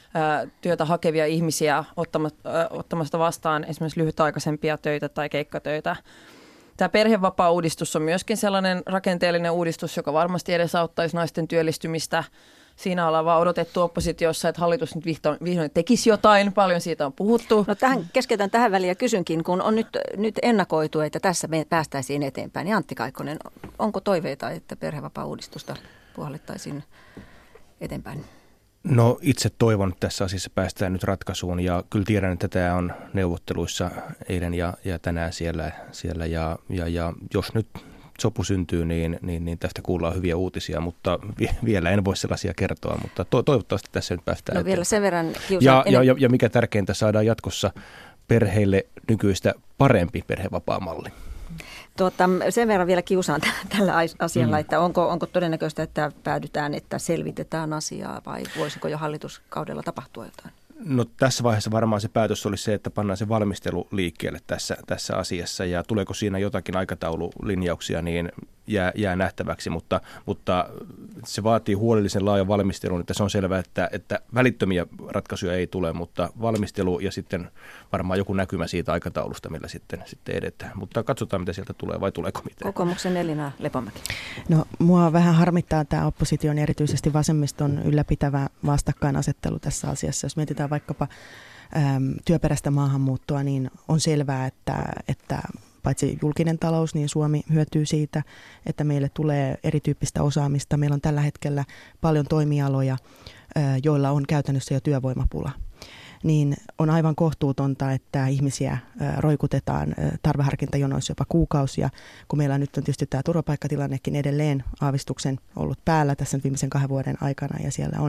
työtä hakevia ihmisiä ottamasta vastaan esimerkiksi lyhytaikaisempia töitä tai keikkatöitä. Tämä perhevapaa-uudistus on myöskin sellainen rakenteellinen uudistus, joka varmasti edesauttaisi naisten työllistymistä. Siinä ollaan vaan odotettu oppositiossa, että hallitus nyt vihdoin tekisi jotain. Paljon siitä on puhuttu. No keskeytän tähän väliin ja kysynkin, kun on nyt ennakoitu, että tässä me päästäisiin eteenpäin. Niin Antti Kaikkonen, onko toiveita, että perhevapaa-uudistusta puhallettaisiin eteenpäin? No itse toivon, että tässä asiassa päästään nyt ratkaisuun ja kyllä tiedän, että tämä on neuvotteluissa eilen ja tänään siellä ja jos nyt sopu syntyy, niin tästä kuullaan hyviä uutisia, mutta vielä en voi sellaisia kertoa, mutta toivottavasti tässä nyt päästään eteenpäin. Vielä sen verran ja mikä tärkeintä, saadaan jatkossa perheille nykyistä parempi perhevapaamalli. Sen verran vielä kiusaan tällä asialla, että onko todennäköistä, että päädytään, että selvitetään asiaa vai voisiko jo hallituskaudella tapahtua jotain? No tässä vaiheessa varmaan se päätös oli se, että pannaan se valmistelu liikkeelle tässä asiassa ja tuleeko siinä jotakin aikataululinjauksia, niin jää nähtäväksi, mutta se vaatii huolellisen laajan valmistelun, että se on selvää, että välittömiä ratkaisuja ei tule, mutta valmistelu ja sitten varmaan joku näkymä siitä aikataulusta, millä sitten edetään. Mutta katsotaan, mitä sieltä tulee vai tuleeko mitään. Kokoomuksen Elina Lepomäki. No mua vähän harmittaa tämä opposition ja erityisesti vasemmiston ylläpitävä vastakkainasettelu tässä asiassa. Jos mietitään vaikkapa työperäistä maahanmuuttoa, niin on selvää, että paitsi julkinen talous, niin Suomi hyötyy siitä, että meille tulee erityyppistä osaamista. Meillä on tällä hetkellä paljon toimialoja, joilla on käytännössä jo työvoimapula. Niin on aivan kohtuutonta, että ihmisiä roikutetaan tarveharkintajonoissa jopa kuukausia, kun meillä nyt on tietysti tämä turvapaikkatilannekin edelleen aavistuksen ollut päällä tässä viimeisen 2 vuoden aikana ja siellä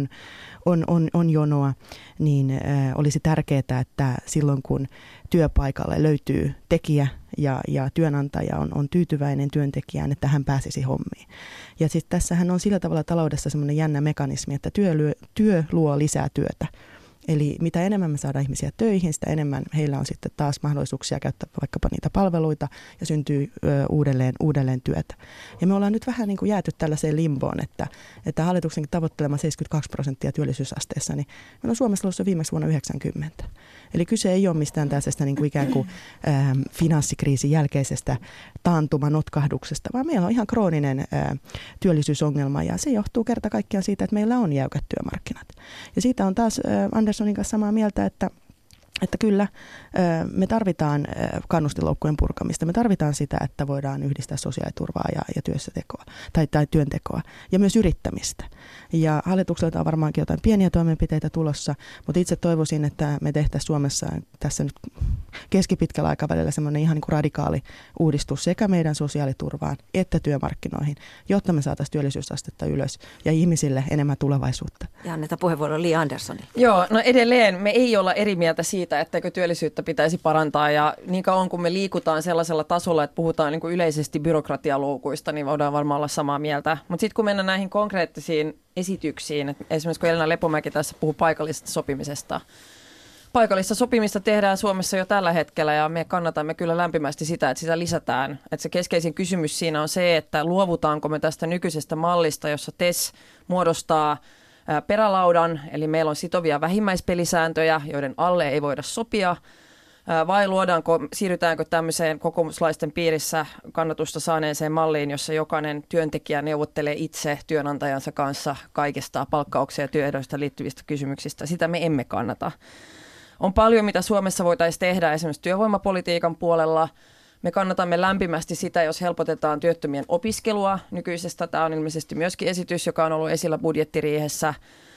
on jonoa, niin olisi tärkeää, että silloin kun työpaikalle löytyy tekijä ja työnantaja on tyytyväinen työntekijään, että hän pääsisi hommiin. Ja siis tässähän on sillä tavalla taloudessa semmoinen jännä mekanismi, että työ luo lisää työtä. Eli mitä enemmän me saadaan ihmisiä töihin, sitä enemmän heillä on sitten taas mahdollisuuksia käyttää vaikkapa niitä palveluita ja syntyy uudelleen työtä. Ja me ollaan nyt vähän niin kuin jääty tällaiseen limboon, että hallituksen tavoittelema 72% työllisyysasteessa, niin meillä on Suomessa ollut viimeksi vuonna 1990. Eli kyse ei ole mistään tällaisesta niin kuin ikään kuin finanssikriisin jälkeisestä taantumannotkahduksesta, vaan meillä on ihan krooninen työllisyysongelma ja se johtuu kerta kaikkiaan siitä, että meillä on jäykät työmarkkinat. Ja siitä on taas Anderssonin kanssa samaa mieltä, että kyllä me tarvitaan kannustinloukkujen purkamista. Me tarvitaan sitä, että voidaan yhdistää sosiaaliturvaa ja työssätekoa tai työntekoa ja myös yrittämistä. Ja hallitukselta on varmaankin jotain pieniä toimenpiteitä tulossa, mutta itse toivoisin, että me tehtäisiin Suomessa tässä nyt keskipitkällä aikavälillä semmoinen ihan niin kuin radikaali uudistus sekä meidän sosiaaliturvaan että työmarkkinoihin, jotta me saataisiin työllisyysastetta ylös ja ihmisille enemmän tulevaisuutta. Ja annetaan puheenvuoro Li Anderssonille. Joo, no edelleen me ei olla eri mieltä siitä, etteikö työllisyyttä pitäisi parantaa ja niin kauan kun me liikutaan sellaisella tasolla, että puhutaan niin kuin yleisesti byrokratialoukuista, niin voidaan varmaan olla samaa mieltä. Mutta sitten kun mennään näihin konkreettisiin esityksiin, että esimerkiksi kun Elina Lepomäki tässä puhuu paikallisesta sopimisesta. Paikallista sopimista tehdään Suomessa jo tällä hetkellä ja me kannatamme kyllä lämpimästi sitä, että sitä lisätään. Että se keskeisin kysymys siinä on se, että luovutaanko me tästä nykyisestä mallista, jossa TES muodostaa perälaudan, eli meillä on sitovia vähimmäispelisääntöjä, joiden alle ei voida sopia, vai siirrytäänkö tämmöiseen kokoomuslaisten piirissä kannatusta saaneeseen malliin, jossa jokainen työntekijä neuvottelee itse työnantajansa kanssa kaikista palkkaukseen ja työehdoista liittyvistä kysymyksistä. Sitä me emme kannata. On paljon, mitä Suomessa voitaisiin tehdä esimerkiksi työvoimapolitiikan puolella. Me kannatamme lämpimästi sitä, jos helpotetaan työttömien opiskelua nykyisestä. Tämä on ilmeisesti myöskin esitys, joka on ollut esillä budjettiriihessä.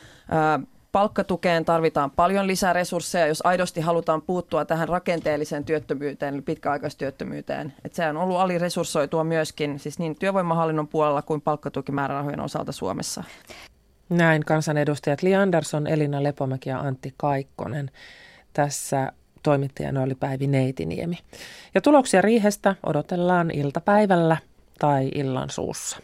Palkkatukeen tarvitaan paljon lisää resursseja, jos aidosti halutaan puuttua tähän rakenteelliseen työttömyyteen, eli pitkäaikaistyöttömyyteen. Että se on ollut aliresurssoitua myöskin siis niin työvoimahallinnon puolella kuin palkkatukimäärärahojen osalta Suomessa. Näin kansanedustajat Li Andersson, Elina Lepomäki ja Antti Kaikkonen. Tässä toimittajana oli Päivi Neitiniemi. Ja tuloksia riihestä odotellaan iltapäivällä tai illan suussa.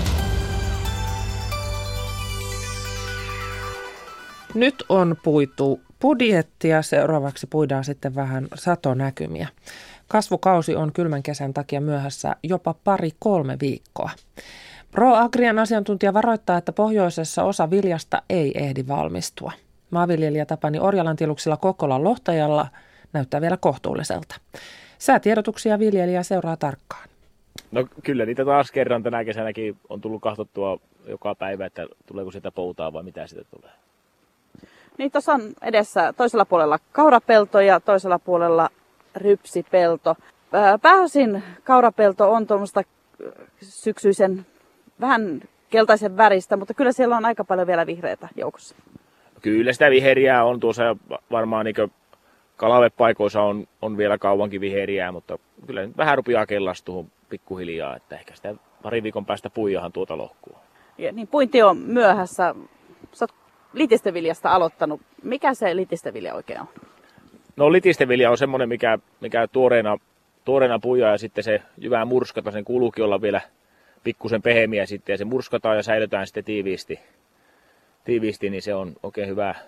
Nyt on puitu budjettia, seuraavaksi puidaan sitten vähän satonäkymiä. Kasvukausi on kylmän kesän takia myöhässä jopa 2-3 viikkoa. ProAgrian asiantuntija varoittaa, että pohjoisessa osa viljasta ei ehdi valmistua. Maanviljelijä Tapani Orjalan tiluksilla Kokkolan lohtajalla näyttää vielä kohtuulliselta. Säätiedotuksia viljelijä seuraa tarkkaan. No kyllä niitä taas kerran tänä kesänäkin on tullut katsottua joka päivä, että tuleeko sieltä poutaa vai mitä siitä tulee. Niin tuossa on edessä toisella puolella kaurapelto ja toisella puolella rypsipelto. Pääosin kaurapelto on tuommoista syksyisen vähän keltaisen väristä, mutta kyllä siellä on aika paljon vielä vihreätä joukossa. Kyllä sitä viheriää on tuossa varmaan niin kalavepaikoissa on vielä kauankin viheriää, mutta kyllä nyt vähän rupeaa kellastumaan pikkuhiljaa, että ehkä sitä pari viikon päästä puijahan tuota lohkua. Ja niin puinti on myöhässä. Sä oot litisteviljasta aloittanut. Mikä se litistevilja oikein on? No litistevilja on semmoinen, mikä tuoreena puijaa ja sitten se jyvää murskata, sen kuuluukin olla vielä pikkusen pehmeä sitten ja se murskataan ja säilytään sitten tiiviisti, niin se on oikein hyvä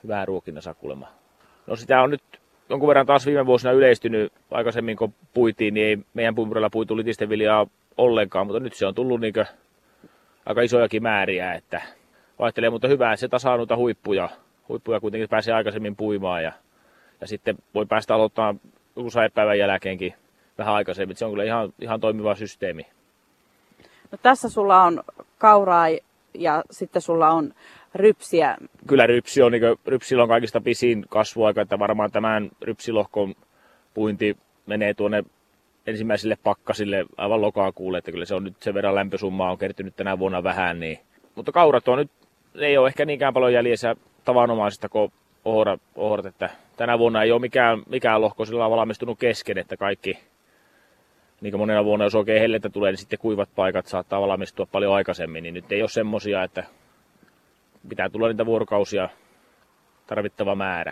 hyvää ruokinnassa kuulemma. No sitä on nyt jonkun verran taas viime vuosina yleistynyt. Aikaisemmin kun puitiin, niin ei meidän puimurilla puitu litisteviljaa ollenkaan, mutta nyt se on tullut niinkö aika isojakin määriä, että vaihtelee, mutta hyvä, että se tasaa noita huippuja. Huippuja kuitenkin pääsee aikaisemmin puimaan ja sitten voi päästä aloittamaan usean päivän jälkeenkin vähän aikaisemmin. Se on kyllä ihan toimiva systeemi. No tässä sulla on kauraa ja sitten sulla on rypsiä. Kyllä rypsillä on kaikista pisin kasvuaika, että varmaan tämän rypsilohkon puinti menee tuonne ensimmäisille pakkasille aivan lokakuulle, että kyllä se on nyt sen verran lämpösummaa on kertynyt tänä vuonna vähän. Niin. Mutta kaurat on nyt, ei ole ehkä niinkään paljon jäljessä tavanomaisista kuin ohrat, että tänä vuonna ei ole mikään lohko sillä valmistunut kesken, että kaikki, niin kuin monena vuonna jos oikein hellettä tulee, niin sitten kuivat paikat saattaa valmistua paljon aikaisemmin, niin nyt ei ole semmosia, että pitää tulla niitä vuorokausia tarvittava määrä.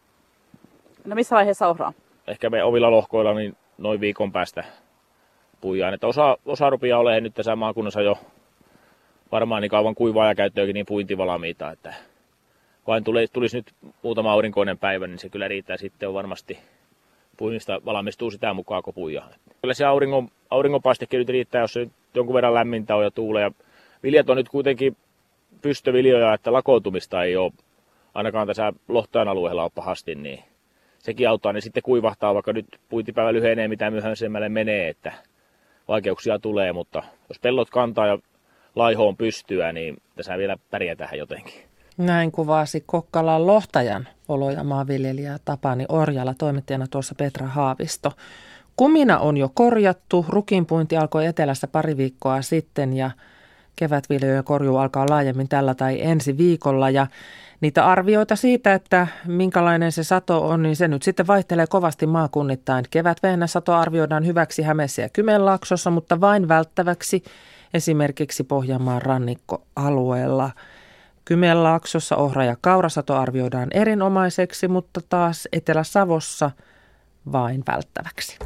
No missä vaiheessa ohraa? Ehkä me omilla lohkoilla niin noin viikon päästä puijaan, että osa rupeaa olemaan nyt tässä maakunnassa jo varmaan niin kauan kuivaa ja käyttöäkin niin puintivalmiita, että vain tulisi nyt muutama aurinkoinen päivä, niin se kyllä riittää sitten on varmasti puinnista valmistuu sitä mukaan, kun puijaa. Kyllä se auringonpaistekin nyt riittää, jos se nyt jonkun verran lämmintä on ja tuulee. Ja viljat on nyt kuitenkin pystöviljoja, että lakoutumista ei ole ainakaan tässä Lohtajan alueella ole pahasti, niin sekin auttaa. Ne sitten kuivahtaa, vaikka nyt puintipäivä lyhenee, mitä myöhemmälle menee, että vaikeuksia tulee, mutta jos pellot kantaa ja laihoon pystyä, niin tässä vielä pärjätään jotenkin. Näin kuvasi Kokkolan Lohtajan oloja maanviljelijä Tapani Orjala, toimittajana tuossa Petra Haavisto. Kumina on jo korjattu, rukiinpuinti alkoi etelässä pari viikkoa sitten ja kevätviljojen korjuu alkaa laajemmin tällä tai ensi viikolla ja niitä arvioita siitä, että minkälainen se sato on, niin se nyt sitten vaihtelee kovasti maakunnittain. Kevätvehnäsato arvioidaan hyväksi Hämeessä ja Kymenlaaksossa, mutta vain välttäväksi esimerkiksi Pohjanmaan rannikkoalueella. Kymenlaaksossa ohra- ja kaurasato arvioidaan erinomaiseksi, mutta taas Etelä-Savossa vain välttäväksi.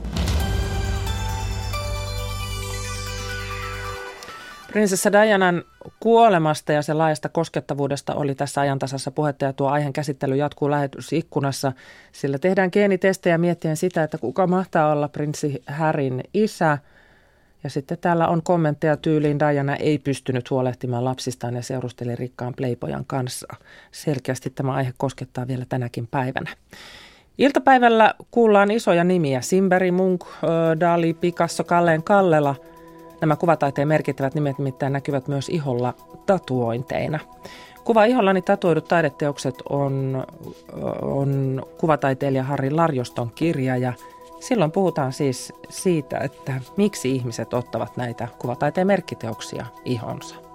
Prinsessa Dianan kuolemasta ja sen laajasta koskettavuudesta oli tässä ajantasassa puhetta ja tuo aiheen käsittely jatkuu lähetysikkunassa. Sillä tehdään geenitestejä miettien sitä, että kuka mahtaa olla prinssi Harryn isä. Ja sitten täällä on kommentteja tyyliin Diana ei pystynyt huolehtimaan lapsistaan ja seurusteli rikkaan playboyan kanssa. Selkeästi tämä aihe koskettaa vielä tänäkin päivänä. Iltapäivällä kuullaan isoja nimiä. Simberi, Munch, Dali, Picasso, Kalleen Kallela. Nämä kuvataiteen merkittävät nimet nimittäin näkyvät myös iholla tatuointeina. Kuva ihollani tatuoidut taideteokset on kuvataiteilija Harri Larjoston kirja ja silloin puhutaan siis siitä, että miksi ihmiset ottavat näitä kuvataiteen merkkiteoksia ihonsa.